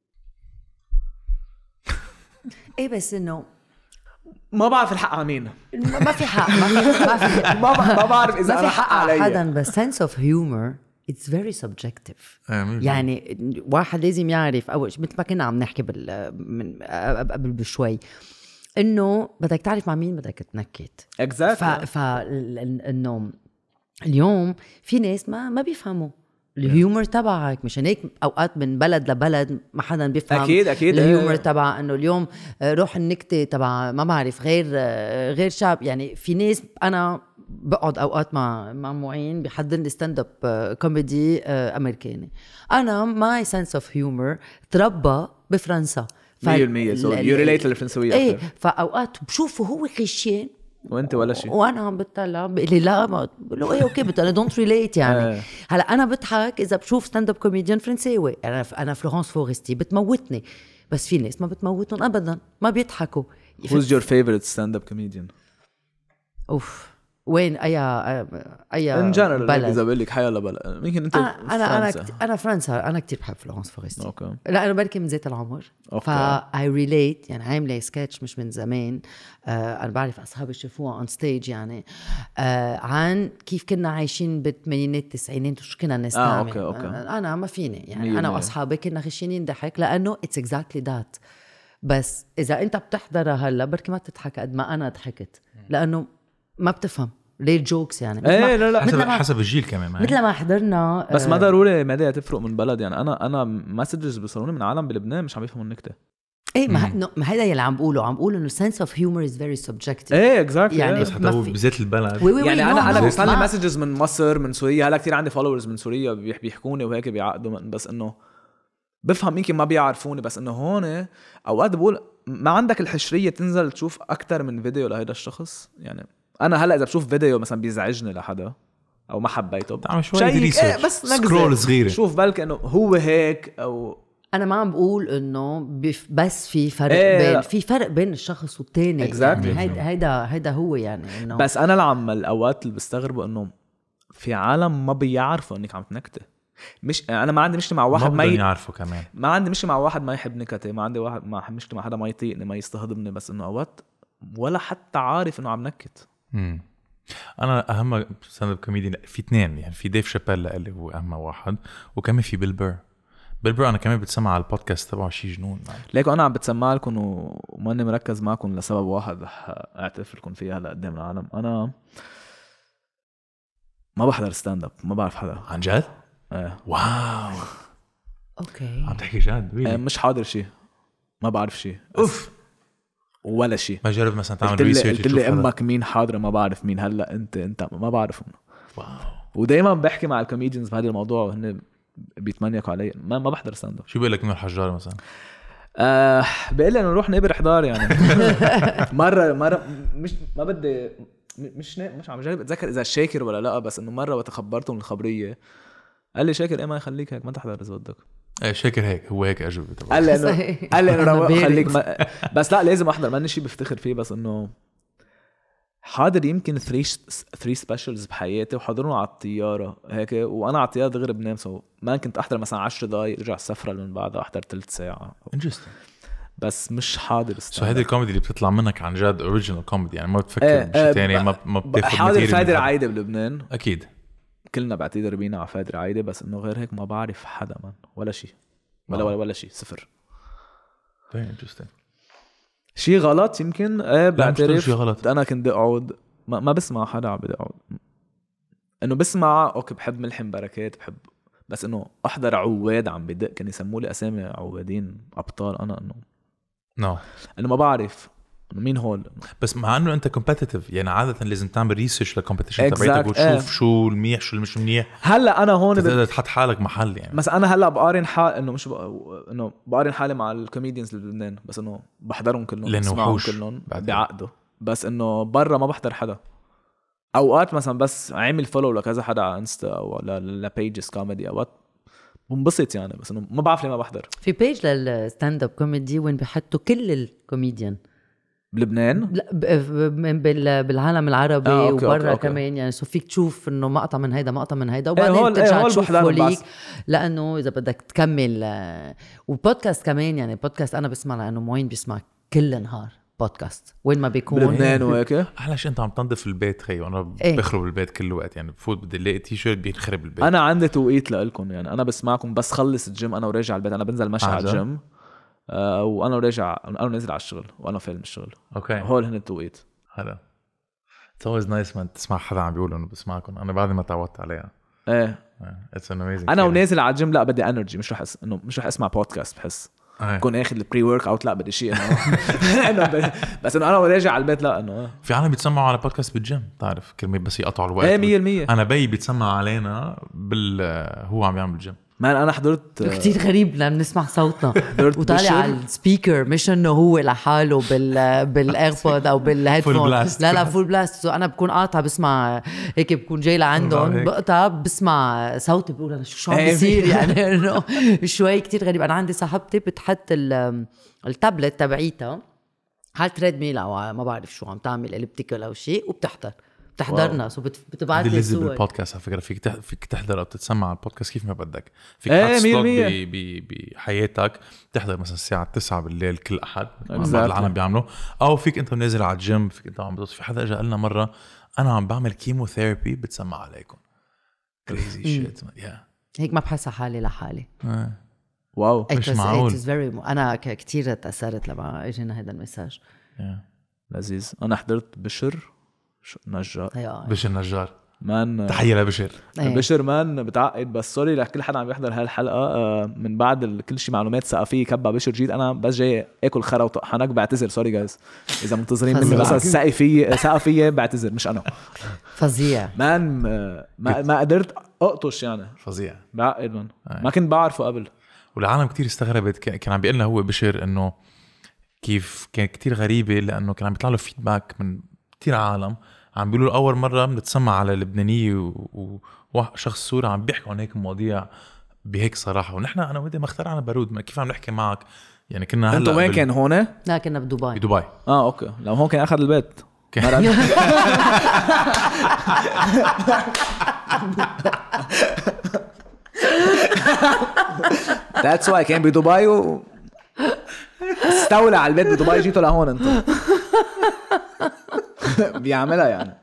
ايه بس انه ما بعرف الحق على مين. ما في حق ما في ما في ما ب- ما بعرف اذا ما انا في حق حق على علي. حدا بس sense of humor it's very subjective. يعني واحد لازم يعرف اول مثل ما كنا عم نحكي بال من قبل بشوي انه بدك تعرف مع مين بدك تنكت. اكزاكتلي. ف ف انه اليوم في ناس ما ما بيفهموا الهيومر تبعك. مشان هيك اوقات من بلد لبلد ما حدا بيفهم اكيد اكيد الهيومر تبع انه اليوم روح النكته تبع ما بعرف غير غير شاب. يعني في ناس انا بقعد اوقات مع مع معين بيحضرني ستاند اب كوميدي امريكاني. انا ماي سنس اوف هيومر تربى بفرنسا مية بالمية. سو يو ريليت للفرنسويه ايه اكثر. فاوقات بشوفه هو خشين وانت ولا شيء. وانا عم بتطلع بقول لي لا ما بقول له ايه اوكي بتقول دونت ريليت. يعني هلا انا بضحك اذا بشوف ستاند اب كوميديان فرنساوي. انا انا فلورانس فورستي بتموتني بس في ناس ما بتموتهم ابدا ما بيضحكوا. Who's your favorite stand up comedian؟ اوف وين اي اي ان جنرال بلد اذا بقول لك حي ولا بلد ممكن انت. انا انا انا, كت... أنا فرنسا. انا كتير بحب فلورانس فورستي. اوكي. لا انا بركي من زيت العمر فا اي ريليت. يعني عامله سكتش مش من زمان. آه انا بعرف اصحابي يشوفوها اون ستيج يعني آه عن كيف كنا عايشين بالثمانينات التسعينات وشو كنا نستعمل. آه، أوكي، أوكي. آه انا ما فيني يعني مية انا مية. واصحابي كنا خشينين ضحك لانه اتس اكزاكتلي ذات. بس اذا انت بتحضرها هلا بركي ما تضحك قد ما انا ضحكت لانه ما بتفهم ليه الجوكس. يعني ايه لا لا حسب, ما حسب الجيل كمان. مثل ما حضرنا. بس ما ضروري ما دي تفرق من بلد. يعني انا انا مسجز بيوصلوني من عالم بلبنان مش عم يفهموا النكته. ايه ما ما هيدا يلي عم بقوله عم بقول انه sense of humor is very subjective. ايه اكزاكتلي. يعني بس حتى هو بذات البلد وي وي يعني وي انا no, انا no, بيوصل لي ما- مسجز من مصر من سوريا. هلا كتير عندي فولورز من سوريا بيح- بيحكوني وهيك بيعقدوا. بس انه بفهم يمكن ما بيعرفوني. بس انه هون اوقات بقول ما عندك الحشريه تنزل تشوف اكتر من فيديو لهيدا الشخص. يعني انا هلا اذا بشوف فيديو مثلا بيزعجني لحدا او ما حبيته تعمل شوية ريسيرش. ايه بس نجزة. سكرول صغيرة. شوف بلكي انه هو هيك او انا ما عم بقول انه بف بس في فرق إيه بين لا. في فرق بين الشخص والتاني. Exactly. يعني هيدا هيدا هيدا هو يعني انه بس انا لعم الاوقات اللي بستغربوا انه في عالم ما بيعرفوا انك عم تنكته. مش انا ما عندي مشكله مع واحد ما ما بدهم ي... يعرفوا كمان. ما عندي مشكله مع واحد ما يحب نكته. ما عندي واحد ما مشكله مع حدا ما يطيقني ما يستهضمني. بس انه اوقات ولا حتى عارف انه عم نكت. مم. انا اهم ستاند اب كوميديان في اثنين. يعني في ديف شابيل اللي هو اهم واحد وكمان في بيل بير. بيل بير انا كمان بتسمع على البودكاست تبعه شي جنون. ليكو انا عم بتسمع لكم وماني مركز معكم لسبب واحد رح اعترف لكم فيه هلا قدام العالم. انا ما بحضر ستاند اب. ما بعرف حدا عن جد؟ ايه. واو اوكي عم تحكي جد ايه really؟ مش حاضر شيء. ما بعرف شيء اوف ولا شيء. ما جرب مثلا تعمل قلت لي ريسيرش قلت لي امك مين حاضره ما بعرف مين. هلا انت انت ما بعرفهم. واو. ودايما بحكي مع الكوميديانز بهذا الموضوع وهن بيتمنيكوا علي. ما ما بحضر ستاند اب. شو بيقول لك نور حجار مثلا؟ آه بقول لي انه نروح نقبر حضار يعني. مره مره مش ما بدي مش مش عم جرب اتذكر اذا شاكر ولا لا. بس انه مره وقت خبرته من الخبريه قال لي شاكر ايه ما يخليك هيك ما تحضر اذا بدك. ايه شاكر هيك هو هيك اجوبه تبعه. قال لي انه قال لي انه أنا روق بارد. خليك ما... بس لا لازم احضر. ما شيء بفتخر فيه. بس انه حاضر يمكن ثري ثري سبيشلز بحياتي وحضرهم على الطياره هيك. وانا على الطياره دغري بنام. سو ما كنت احضر مثلا عشر دقائق ارجع السفره من بعدها احضر ثلث ساعه. انترستينج. بس مش حاضر. سو هيدي الكوميدي اللي بتطلع منك عن جد اوريجينال كوميدي. يعني ما بتفكر إيه، بشيء إيه، ثاني. ب- ما ما بتاخذ حاضر material فادر من حدا. عايده بلبنان. اكيد كلنا بعتذر بينا على فادر عايده. بس انه غير هيك ما بعرف حدا من ولا شيء ولا ولا, ولا شيء صفر. very interesting. شيء غلط يمكن ايه بعترف. شيء غلط. انا كنت اقعد ما, ما بسمع حدا عم بدي اقعد انه بسمع اوكي بحب ملحم بركات بحب. بس انه احضر عواد عم بدق كانوا يسموا لي اسامي عوادين ابطال. انا انه نو no. انه ما بعرف إنه مين هول. بس مع انه انت كومبيتيتيف يعني عاده لازم تعمل ريسيرش للكومبيتيشن Exact. تبعتك وتشوف إيه. شو المنيح شو اللي مش منيح. هلا انا هون تقدر تحط حالك محل يعني. بس انا هلا بقارن حال انه مش بق... انه بقارن حالي مع الكوميديانز بلبنان. بس انه بحضرهم كلهم لأنه بسمعهم وحوش كلهم بعدين. بعقده. بس انه برا ما بحضر حدا. اوقات مثلا بس عامل فولو لكذا حدا على انستا او لبيجز كوميدي اوقات بنبسط يعني. بس انه ما بعرف ليه ما بحضر. في بيج للستاند اب كوميدي وين بحطوا كل الكوميديان بلبنان لا ب- ب- بال- بالعالم العربي آه، أوكي، وبرا أوكي، أوكي. كمان يعني سو فيك تشوف انه مقطع من هيدا مقطع من هيدا إيه، وبعدين هول- إيه، بترجع هول تشوف بحضرهم فوليك بس. لانه اذا بدك تكمل آه، وبودكاست كمان يعني بودكاست انا بسمع لانه معين بيسمع كل نهار بودكاست وين ما بيكون بلبنان وهيك. احلى شيء انت عم تنظف البيت خي وانا إيه. بخرب البيت كل وقت يعني بفوت بدي الاقي تي شيرت بينخرب البيت. انا عندي توقيت لكم يعني انا بسمعكم بس خلص الجيم انا وراجع البيت انا بنزل مشي آه، على جد؟ الجيم آه وانا وراجع انا نازل على الشغل وانا فاهم الشغل اوكي هول هن التوقيت. هلا It's always nice man تسمع حدا عم بيقول انه بسمعكم. انا بعد ما تعودت عليها. ايه It's an amazing انا feeling. ونازل على الجيم لا بدي انرجي مش رح أس... انه مش رح اسمع بودكاست بحس إيه. كون اخذ البري ورك اوت لا بدي شيء انه إنه ب- بس انه انا وراجع على البيت لا انه في عالم بيتسمعوا على بودكاست بالجيم تعرف كلمة بس يقطعوا الوقت. ايه مية بالمية. انا بي بيتسمع علينا بال هو عم يعمل بالجيم. مان انا حضرت كتير غريب لما نسمع صوتنا حضرت وطالع بشر. على السبيكر مش انه هو لحاله بال بالايربود او بالهيدفون blast. لا لا فول بلاست انا بكون قاطعه بسمع هيك بكون جاي لعندهم هيك. بقطع بسمع صوتي بقول انا شو شو عم إيه. بيصير يعني انه شوي كتير غريب. انا عندي صاحبتي بتحط ال- التابلت تبعيتها على التريد ميل او ما بعرف شو عم تعمل اليبتيكال او شيء وبتحضر بتحضرنا سو بتبعت دي لي لذة صور بالبودكاست على فكرة. فيك تح... فيك تحضر او تتسمع على البودكاست كيف ما بدك. فيك إيه، تحط مية سلوت بالمية. ب... ب... بحياتك تحضر مثلا الساعة تسعة بالليل كل أحد بعض Exactly. العالم بيعملوا. أو فيك أنت نازل على الجيم فيك أنت عم بتص. في حدا إجا قالنا مرة أنا عم بعمل كيموثيرابي بتسمع عليكم. crazy shit man. yeah. هيك ما بحس حالي لحالي. إيه. واو مش It was- معقول. it was very mo- انا ك- كتير تاثرت لما اجينا هذا المساج. yeah. لذيذ. انا حضرت بشر شو- نجار هي بشر نجار مان تحية لبشر. إيه. بشر مان بتعقد بس سوري لكل حدا عم يحضر هالحلقه آه، من بعد ال- كل شيء معلومات ثقافيه كبا بشر جيد انا بس جاي اكل خرا وطحنك بعتذر سوري جايز اذا منتظرين مني فظيع. قصص ثقافيه ثقافيه بعتذر مش انا فظيع. مان آه، ما ما قدرت اقطش يعني فظيع. بعقد مان ما كنت بعرفه قبل. والعالم كتير استغربت. كان كان عم بيقول لنا هو بشر انه كيف كان كتير غريبة لانه كان عم بيطلع له فيدباك من كتير عالم عم بيقولوا اول مرة بنتسمع على لبنانية وشخص سوري عم بيحكوا عن هيك مواضيع بهيك صراحة. ونحن انا ودي ما اخترعنا بارود. ما كيف عم نحكي معك يعني كنا هلا انت وين بال- كان هون؟ اه لا كنا بدبي. بدبي. اوكي لو هون كان اخذ البيت كان- مرق. That's why كان بدبي و استولى على البيت بدبي جيتوا لهون انتم بيعملها يعني.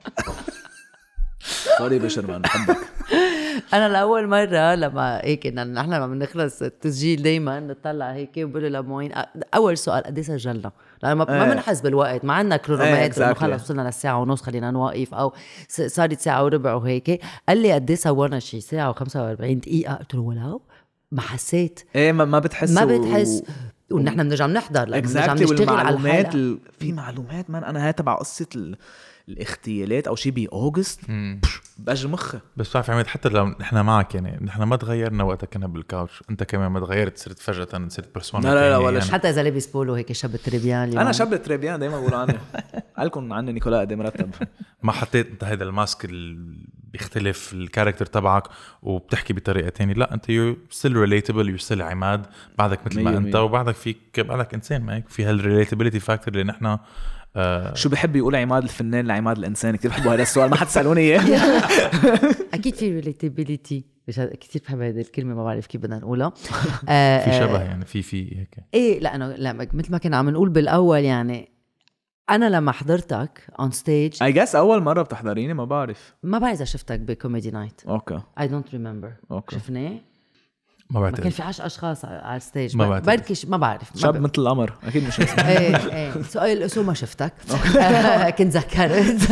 سوري بشر مان بحبك. انا لاول مره لما هيك إن نحن لما بنخلص التسجيل دايما نطلع هيك وبقول له لموين اول سؤال قد ايه سجلنا لانه ما ما إيه. بنحس بالوقت ما عندنا إيه، كرونومتر انه exactly. خلص وصلنا للساعه ونص خلينا نوقف او س- صارت ساعه وربع وهيك. قال لي قد ايه صورنا شي ساعه وخمسة وأربعين دقيقه. قلت له ولو ما حسيت ايه ما, ما بتحس ما و- بتحس ونحن بنرجع بنحضر لانه بنرجع اكزاكتلي بنشتغل على والمعلومات الحلقه. ال... في معلومات مان انا هاي تبع قصه ال... الاغتيالات او شيء باوغست بج مخي. بس بتعرف عماد حتى لو نحن معك يعني نحن ما تغيرنا وقتها كنا بالكاوتش. انت كمان ما تغيرت صرت فجأة صرت بيرسونا. لا، لا، لا، ولا يعني. شيء. حتى اذا لابس بولو هيك شاب تريبيان اليوم. انا شاب تريبيان دايما بقول عني قالكم عني نيكولا قد إيه مرتب. ما حطيت انت هذا الماسك اللي بيختلف الكاركتر تبعك وبتحكي بطريقه تانية. لا انت يو ستيل ريليتابل يو ستيل عماد بعدك مثل ما مية انت مية. وبعدك فيك بعدك انسان ما هيك في هالريليتابيليتي فاكتور اللي نحن آه شو بحب يقول عماد الفنان لعماد الانسان كتير بحبوا هذا السؤال ما حد سالوني اياه. اكيد في ريليتابيليتي كثير بحب هذه الكلمه ما بعرف كيف بدنا نقولها. آه، في آه، شبه يعني في في هيك. ايه لا انا لا مثل ما كنا عم نقول بالاول يعني انا لما حضرتك اون ستيج اي جاس اول مره بتحضريني ما بعرف. ما بعرف اذا شفتك بكوميدي نايت. اوكي اي دونت ريمبر. اوكي شفناه ما ما كان بعتقد في عشر اشخاص على الستيج. ما ب- بعتقد. بركي ما بعرف ما شاب ب... مثل القمر اكيد مش اسمه. ايه ايه سؤال سو ما شفتك. كنت ذكرت.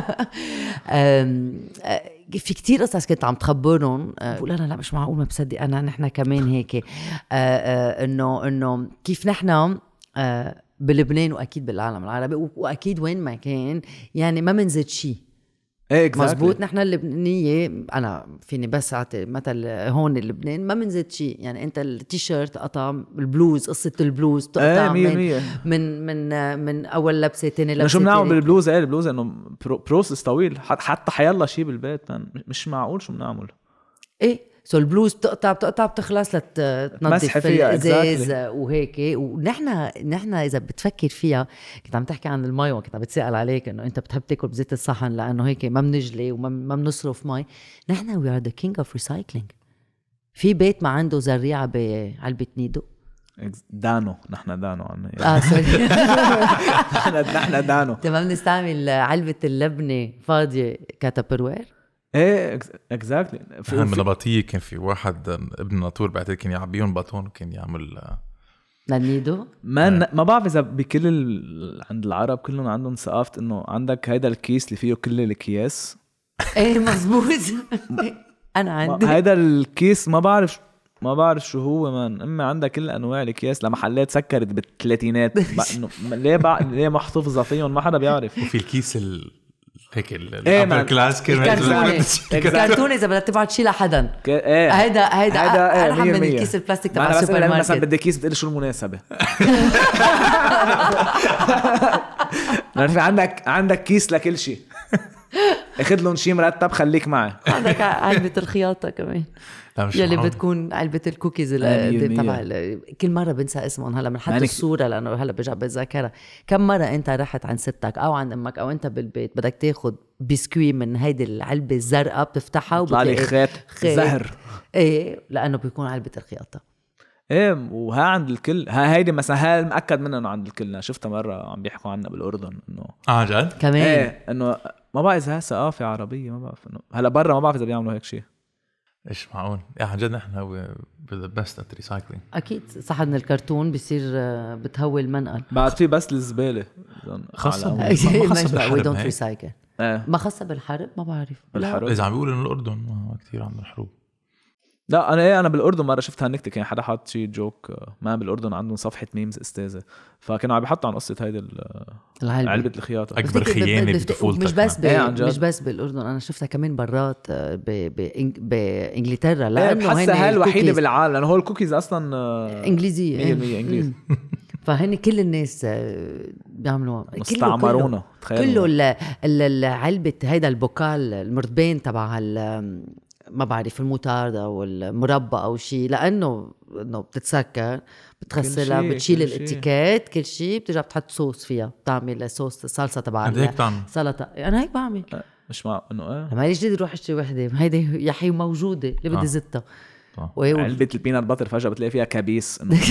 أم، أه، في كتير قصص كنت عم تخبرهم. أه، بقول انا لا مش معقول ما بصدق انا نحن كمان هيك أه، أه، انه انه كيف نحن أه، بلبنان واكيد بالعالم العربي واكيد وين ما كان يعني ما منزد شيء ايه مزبوط. نحن اللبنانية أنا فيني بس أعطي مثل هون اللبنان ما منزد شيء يعني أنت التيشيرت قطع البلوز قصة البلوز ايه تقطع مية من, مية. من من من أول لبسة تاني لبسة. شو بنعمل تالت. بالبلوز؟ ايه البلوز انه برو- بروسس طويل حت- حتى حيلا شيء بالبيت مان مش معقول شو بنعمل. إيه سو البلوز بتقطع بتقطع بتخلص لتنظف مسح فيها الازاز وهيك. ونحن نحن اذا بتفكر فيها، كنت عم تحكي عن المي وكنت عم بتسأل عليك انه انت بتحب تاكل بزيت الصحن لانه هيك ما بنجلي وما ما بنصرف مي. نحن وي ار ذا كينج اوف ريسايكلينج. في بيت ما عنده زريعه بعلبه نيدو؟ دانو، نحن دانو عنا اه سوري نحن دانو. تمام. بنستعمل علبه اللبنه فاضيه كتابروير. ايه اكزاكتلي. في بالنبطيه كان في واحد ابن ناطور بعتقد كان يعبيهم باطون وكان يعمل للنيدو. ما ما بعرف اذا بكل ال... عند العرب كلهم عندهم ثقافه انه عندك هيدا الكيس اللي فيه كل الاكياس. ايه مزبوط. انا عندي هيدا الكيس ما بعرف ما بعرف شو هو. من امي عندها كل انواع الاكياس لمحلات سكرت بالثلاثينات. انه ليه بع... ليه محتفظه فيهم ما حدا بيعرف. وفي الكيس ال... هيك ايه الابر كلاس كرتونه كرتونه اذا بدك تبعت شيء لحدا. ايه هيدا هيدا هيدا انا من الكيس البلاستيك تبع السوبر السوبر ماركت. مثلا بدي كيس بتقول شو المناسبه. عندك عندك كيس لكل شيء. اخذ لهم شيء مرتب خليك معي. عندك علبه الخياطه كمان يلي بتكون علبه الكوكيز اللي تبع. كل مره بنسى اسمهم هلا بنحط يعني الصوره لانه هلا برجع بتذكرها. كم مره انت رحت عند ستك او عند امك او انت بالبيت بدك تاخذ بسكوي من هيدي العلبه الزرقاء بتفتحها وبتلاقي خيط زهر. ايه لانه بيكون علبه الخياطه. ايه وها عند الكل. ها هيدي مثلا هاي مأكد منها انه عند الكل. شفتها مره عم بيحكوا عنها بالاردن انه اه جد كمان. ايه انه ما بعرف اذا ثقافه عربيه ما بعرف انه هلا برا ما بعرف اذا بيعملوا هيك شيء. ايش معقول يا عن جد. نحن ذا بيست ات ريسايكلينج. اكيد صحن الكرتون بصير بتهوي المنقل. بعد في بس الزباله خاصه ما خصها بالحرب. ريسايكل ما خصها بالحرب. ما بعرف بالحرب اذا عم بيقولوا انه الاردن ما كثير عندهم حروب. لا انا ايه انا بالاردن مره شفتها نكته. كان حدا حاط شي جوك ما بالاردن عندهم صفحه ميمز استاذه فكانوا عم بيحطوا عن قصه هيدي علبه الخياطه. اكبر خيانه بطفولتك. مش بس ايه مش بس بالاردن. انا شفتها كمان برات بانجلترا لانه هي حاسه الوحيده بالعالم لانه هو الكوكيز اصلا انجليزيه مية بالمية انجليزي. فهن كل الناس بيعملوا مستعمرونا. كله العلبه هيدا البوكال المرتبين تبع ما بعرف الموتارد او المربى او شيء لانه انه بتتسكر بتغسلها بتشيل الاتيكيت كل شيء بترجع بتحط صوص فيها بتعمل صوص صلصه تبع السلطه. انا هيك بعمل. مش مع انه ايه ما ليش بدي اروح اشتري وحده هيدي يا حي موجوده اللي بدي زتها. علبه البينات باتر فجاه بتلاقي فيها كبيس. انه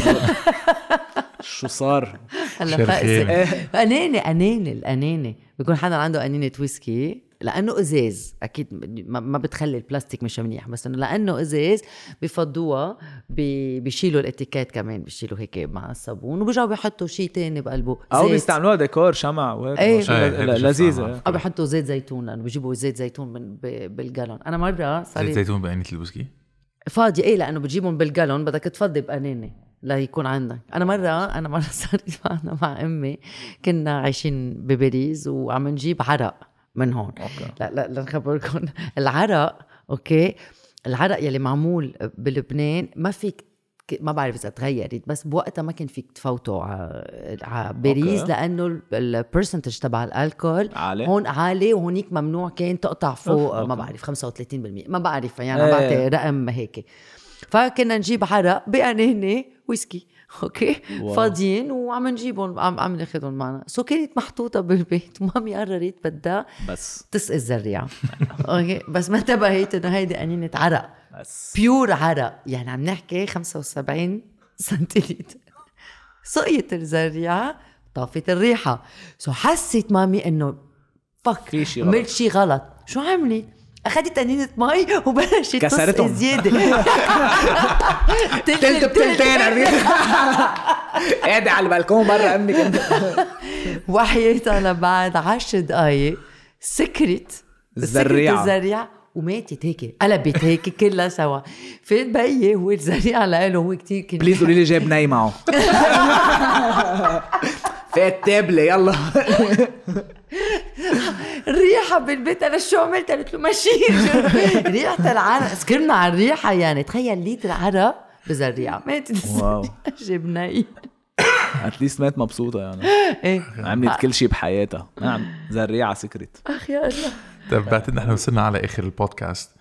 شو صار هلا اناني اناني الاناني بيكون حدا عنده انينه ويسكي لانه ازاز اكيد ما بتخلي البلاستيك مش منيح بس انه لانه ازاز بفضوها بيشيلوا الاتيكيت كمان بيشيلوا هيك مع الصابون وبيرجعوا بيحطوا شيء تاني بقلبه او بيستعملوها ديكور شمع وهيك ايه لذيذه. او بيحطوا زيت زيتون لانه بيجيبوا زيت زيتون من بالجالون. انا مره صار زيت زيتون بانيه الويسكي فاضي ايه لانه بتجيبهم بالجالون بدك تفضي بانانه لا يكون عندك. انا مره انا مره صار معنا مع امي كنا عايشين بباريس وعم نجيب عرق من هون. أوكي. لا لا لا نخبركم العرق. اوكي العرق يلي معمول بلبنان ما فيك ما بعرف اذا تغيرت بس بوقتها ما كان فيك تفوتوا على باريس لانه البرسنتج تبع الالكول عالي. هون عالي وهونيك ممنوع كان تقطع فوق أوكي. ما بعرف خمسة وثلاثين بالمية ما بعرف يعني ايه. بعطي رقم هيك. فكنا نجيب عرق بأنانة ويسكي اوكي واو. فاضيين وعم نجيبهم عم عم ناخذهم معنا. سو كانت محطوطه بالبيت ومامي قررت بدها بس تسقي الزريعه. اوكي بس ما انتبهت انه هيدي انينه عرق بس بيور عرق يعني عم نحكي خمسة وسبعين سنتيلتر. سقيت الزريعه طافت الريحه. سو حست مامي انه فك عملت شي غلط. شو عملت؟ أخذت أنينة مي وبلشت كسرتهم زيادة. تلت بتلتين قاعدة على البلكون برا أمي كنت وحياتها لبعد عشر دقايق سكرت الزريعة الزريعة وماتت هيك قلبت هيك كلها سوا. فين بيي هو الزريعة لقاله هو كتير كنت بليز قولي لي جايب ناي معه في التابلة يلا. الريحة بالبيت أنا شو عملت؟ قلت له ماشي ريحة العرق سكرنا على الريحة يعني تخيل ليتر عرق بزريعة ماتت. واو جبناي اتليست مات مبسوطة يعني ايه عملت كل شيء بحياتها. نعم زريعة سكرت. أخ يا الله. طيب بعتقد نحن وصلنا على آخر البودكاست.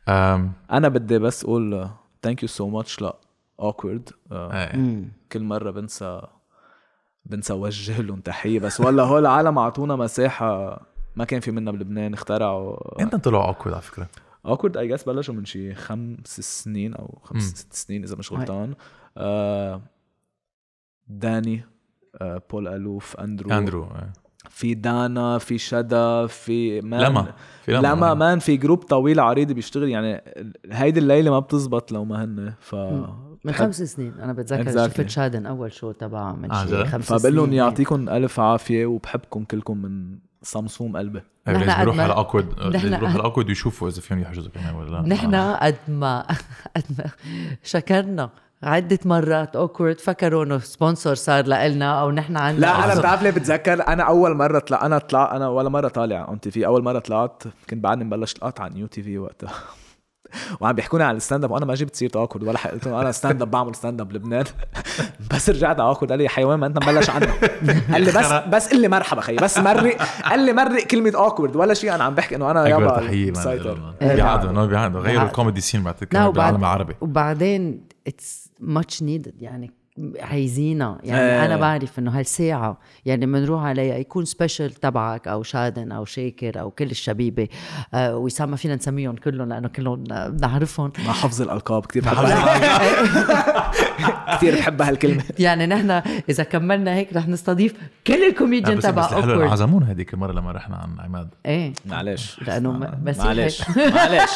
أم... انا بدي بس اقول ثانك يو سو ماتش لا اوكورد. أي. كل مره بنسى بنسى اوجه لهم تحيه، بس ولا هول العالم اعطونا مساحه ما كان في منا بلبنان، اخترعوا. انت طلعوا اوكورد على فكره. اوكورد اي جاس بلشوا من شي خمس سنين او خمس مم. ست سنين اذا مش غلطان. آه داني، آه بول الوف، اندرو اندرو أي. في دانا، في شدا، في مان لما في لما, لما لما مان في جروب طويل عريض بيشتغل يعني. هيدي الليله ما بتزبط لو ما هن ف من خمس سنين انا بتذكر Exactly. شفت شادن اول شو تبعه من آه، شي جد؟ خمس سنين. فبقول لهم يعطيكم الف عافيه وبحبكم كلكم من صمصوم قلبي. أي، نحن لازم قد يروح ما- على اوكورد، نحن لازم يروح قد- على اوكورد ويشوفوا اذا فيهم يحجزوا كمان ولا لا. نحن آه. قد ما قد ما شكرنا عدة مرات اوكورد فكروا انه سبونسر صار لنا او نحن عندنا. لا انا أصلاً. بتعرف ليه بتذكر. انا اول مره طلع انا طلع انا ولا مره طالع اون تي في. اول مره طلعت كنت بعدني مبلش القط على نيو تي في وقتها وعم بيحكوني على الستاند اب وانا ما جبت سيره اوكورد ولا حق. قلت لهم انا ستاند اب بعمل ستاند اب لبنان. بس رجعت على اوكورد قال لي يا حيوان ما انت مبلش عنه. قال لي بس بس قل لي مرحبا خيي، بس مرق قال لي مرق كلمه اوكورد ولا شيء. انا عم بحكي انه انا اكبر يابا تحيه مسيطر. بيعادوا انه بيعادوا غيروا بعد- الكوميدي سين بعد لا، كمان وبعد- بالعالم العربي. وبعدين اتس ماتش نيدد يعني عايزينها يعني. ايه. انا بعرف انه هالساعه يعني بنروح عليها يكون سبيشل تبعك او شادن او شاكر او كل الشبيبه. آه وسام ما فينا نسميهم كلهم لانه كلهم بنعرفهم. مع حفظ الالقاب كثير بحبها. كثير بحبها هالكلمه. يعني نحن اذا كملنا هيك رح نستضيف كل الكوميديان بس تبع بس حلو اوكورد. عزمونا هذيك المره لما رحنا عن عماد. ايه معلش لانه م- مسيحي. معلش معلش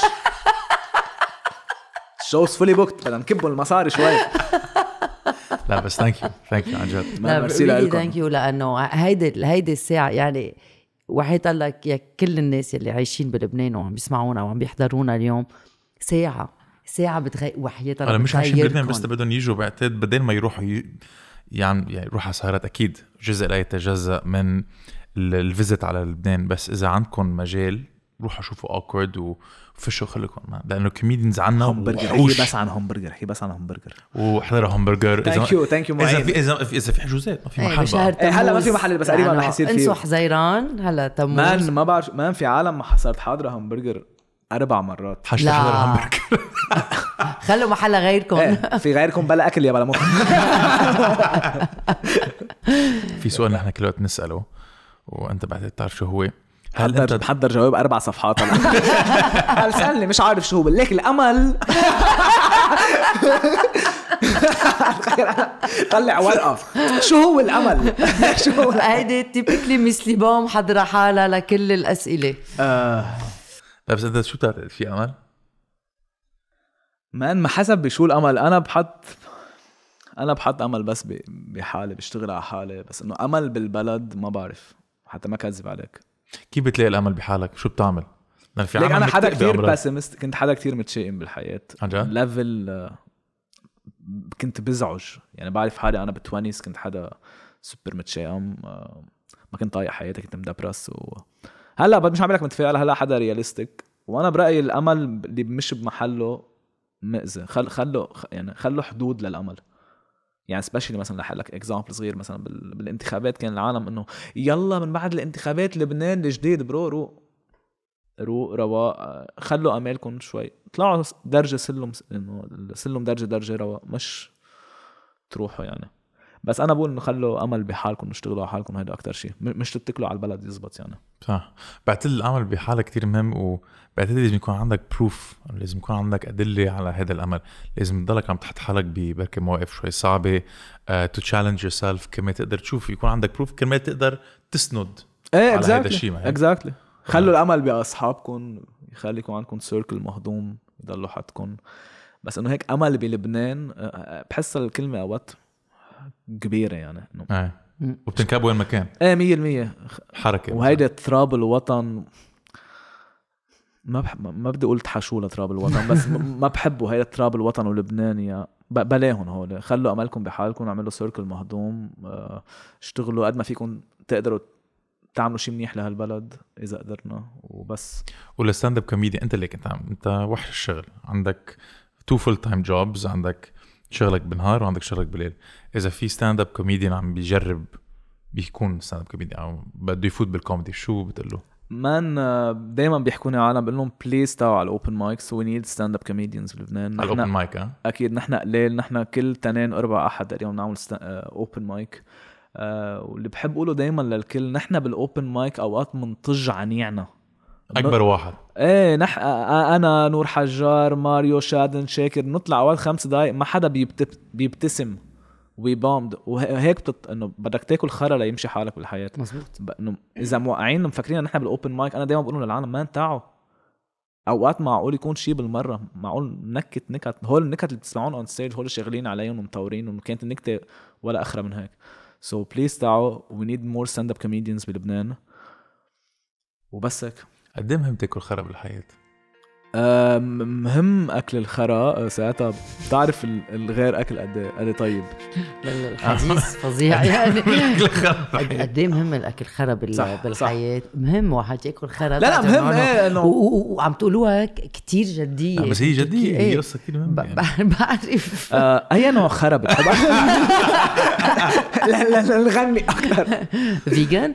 شوز فولي بوكت بدنا نكبوا المصاري شوي. لا بس ثانك يو ثانك يو عن جد. لا ميرسي ريلي لكم. ثانك يو لانه هيدي هيدي الساعه يعني وحيت لك يا كل الناس اللي عايشين بلبنان وعم بيسمعونا وعم بيحضرونا اليوم ساعه ساعه بتغير وحياتها انا مش عايشين بلبنان بس بتغيركن. بدهم يجوا بعتقد بدل ما يروحوا ي... يعني يعني يروحوا على سهرات اكيد جزء لا يتجزأ من ال- الفيزيت على لبنان. بس اذا عندكم مجال روحوا شوفوا اوكورد وفشوا خليكم لانه كوميديانز عنا همبرجر هي وحوش بس عن همبرجر هي بس عن همبرجر. وحضروا همبرجر. ثانك يو ثانك يو اذا معين. في اذا في اذا في حجوزات ما في إيه، محل بشهر بقى. إيه، هلا ما في تموز. محل بس قريباً رح يصير فيه. انسوا حزيران هلا تموز. مان ما بعرف مان في عالم ما صارت حاضره همبرجر اربع مرات. حشت لا. حضر همبرجر. خلوا محلها غيركم. ايه في غيركم بلا اكل يا بلا موت. في سؤال نحن كل وقت نساله وانت بعد تعرف شو هو. هل هل انت انت بحضر جواب اربع صفحات؟ هل سألني مش عارف شو هو ليك الامل. طلع ورقه شو هو الامل. شو هو الأمل؟ هيدي تيبيكلي مسلي بوم حضرة حالها لكل الاسئله. آه. لا بس انت شو تعتقد في امل؟ مان ما حسب بشو الامل. انا بحط انا بحط امل بس ب- بحالي بشتغل على حالي. بس انه امل بالبلد ما بعرف حتى ما كذب عليك. كيف بتلاقي الامل بحالك؟ شو بتعمل؟ لأن في ليك عالم انا حدا بتقبل كتير أمراض. باسمست. كنت حدا كتير متشائم بالحياه. عن جد؟ ليفل آه، كنت بزعج يعني. بعرف حالي انا بالتوانيس كنت حدا سوبر متشائم. آه، ما كنت طايق حياتي كنت مدبرس و... هلا مش عم لك متفائل. هلا حدا رياليستيك. وانا برايي الامل اللي مش بمحله مأذي. خل خلوا يعني خلوا حدود للامل. يعني سبيشلي مثلا رح لك اكزامبل صغير مثلا بال... بالانتخابات كان العالم انه يلا من بعد الانتخابات لبنان الجديد. برو روق روق رواق. خلوا امالكم شوي. طلعوا درجه سلم انه السلم درجه درجه رواق مش تروحوا يعني. بس انا بقول انه خلوا امل بحالكم واشتغلوا على حالكم. هيدا اكتر شيء مش تتكلوا على البلد يزبط يعني. صح. بعتقد الامل بحالك كتير مهم وبعتقد لازم يكون عندك بروف. لازم يكون عندك ادله على هذا الامل. لازم تضلك عم تحط حالك ببركة مواقف شوي صعبه تو تشالنج يور سيلف. كمان تقدر تشوف يكون عندك بروف كمان تقدر تسند ايه على هذا اكزاكتلي الشيء. اكزاكتلي. خلوا الامل باصحابكم. يخلي يكون عندكم سيركل مهضوم يضلوا حدكم. بس انه هيك امل بلبنان آه، بحس الكلمه اوقات كبيره يعني انه ايه وبتنكب وين مكان ايه مية بالمية. حركه. وهيدا تراب الوطن ما بحب ما بدي اقول تحشوا لتراب الوطن بس م- ما بحبه. هيدا تراب الوطن ولبنان يا ب- بلاهم هول. خلوا املكم بحالكم. اعملوا سيركل مهضوم. آه، اشتغلوا قد ما فيكم تقدروا تعملوا شيء منيح لهالبلد اذا قدرنا وبس. والستاند اب كوميدي انت اللي كنت عم انت وحش الشغل. عندك تو فول تايم جوبز. عندك شغلك بالنهار وعندك شغلك بالليل. اذا في ستاند اب كوميدي عم بيجرب بيكون ستاند اب كوميدي او بده يفوت بالكوميدي شو بتقول له؟ مان دايما بيحكوني عالم بقول لهم بليز تعوا على الاوبن مايكس وي نيد ستاند اب كوميديانز بلبنان. على الاوبن مايك اه اكيد نحن قليل، نحن كل تنين اربع احد اليوم نعمل اوبن مايك. أه واللي بحب اقوله دايما للكل، نحن بالاوبن مايك اوقات منطج عنيعنا اكبر واحد. ايه نح انا نور حجار ماريو شادن شاكر نطلع اول خمس دقايق ما حدا بيبت... بيبتسم ويبامد وهيك بتط... انه بدك تاكل خرا ليمشي حالك بالحياه. مزبوط. انه اذا موقعين مفكرين ان نحن بالاوبن مايك، انا دايما بقول للعالم ما انتعوا اوقات معقول يكون شيء بالمره، معقول نكت نكت هول النكت اللي بتسمعون اون ستيج هول شغالين عليهم ومطورين وكانت النكته ولا اخرى من هيك. سو بليز تعوا وي نيد مور ستاند اب كوميديانز بلبنان وبس هيك. قد ايه مهم تاكل خرا بالحياه؟ أه مهم اكل الخرا ساعتها بتعرف الغير اكل قد قد طيب. الحديث فظيع يعني. قد ايه مهم الاكل خرا بالحياه. صح. مهم واحد ياكل خرا. لا لا مهم ايه انه وعم تقولوها كتير جديه. بس هي جديه، هي قصه كثير مهمه يعني. بعرف اي نوع خرا بتحب؟ لا لا نغني اكثر فيجن.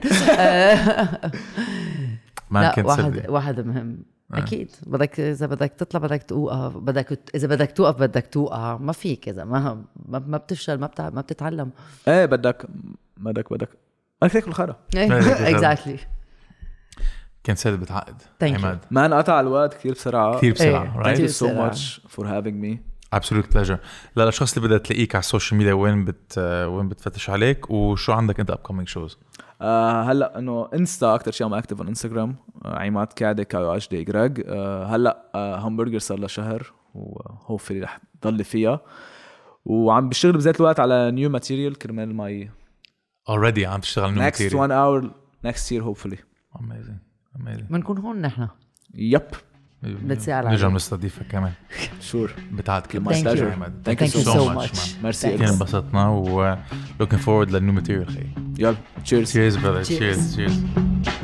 ما كنت واحد واحد مهم اكيد. بدك اذا بدك تطلع بدك توقف، بدك اذا بدك توقف بدك توقع، ما فيك اذا ما ما بتفشل ما بتع... ما بتتعلم. ايه بدك بدك بدك بدك تاكل خرا. اكزاكتلي. كان سيد بتعقد عماد. ما انقطع الوقت كثير بسرعه كثير بسرعه. Thank you so much for having me. absolute pleasure. للاشخاص اللي بدها تلاقيك على السوشيال ميديا وين بت وين بتفتش عليك وشو عندك انت upcoming shows؟ آه هلا انه انستا اكثر شيء عم اكتف على انستغرام آه عماد كعده كايو اتش دي جراج. آه هلا آه همبرجر صار له شهر وهوفلي رح ضل فيها، وعم بشتغل بذات الوقت على نيو ماتيريال كرمال ماي already عم تشتغل نيو ماتيريال next one hour next year hopefully. amazing amazing. بنكون هون نحن. يب بتسأل نرجع نستضيفك كمان. شور بتاعت كل my pleasure. Thank you so much. ميرسي كثير انبسطنا و looking forward للنيو ماتيريال. خي يلا cheers cheers brother cheers cheers.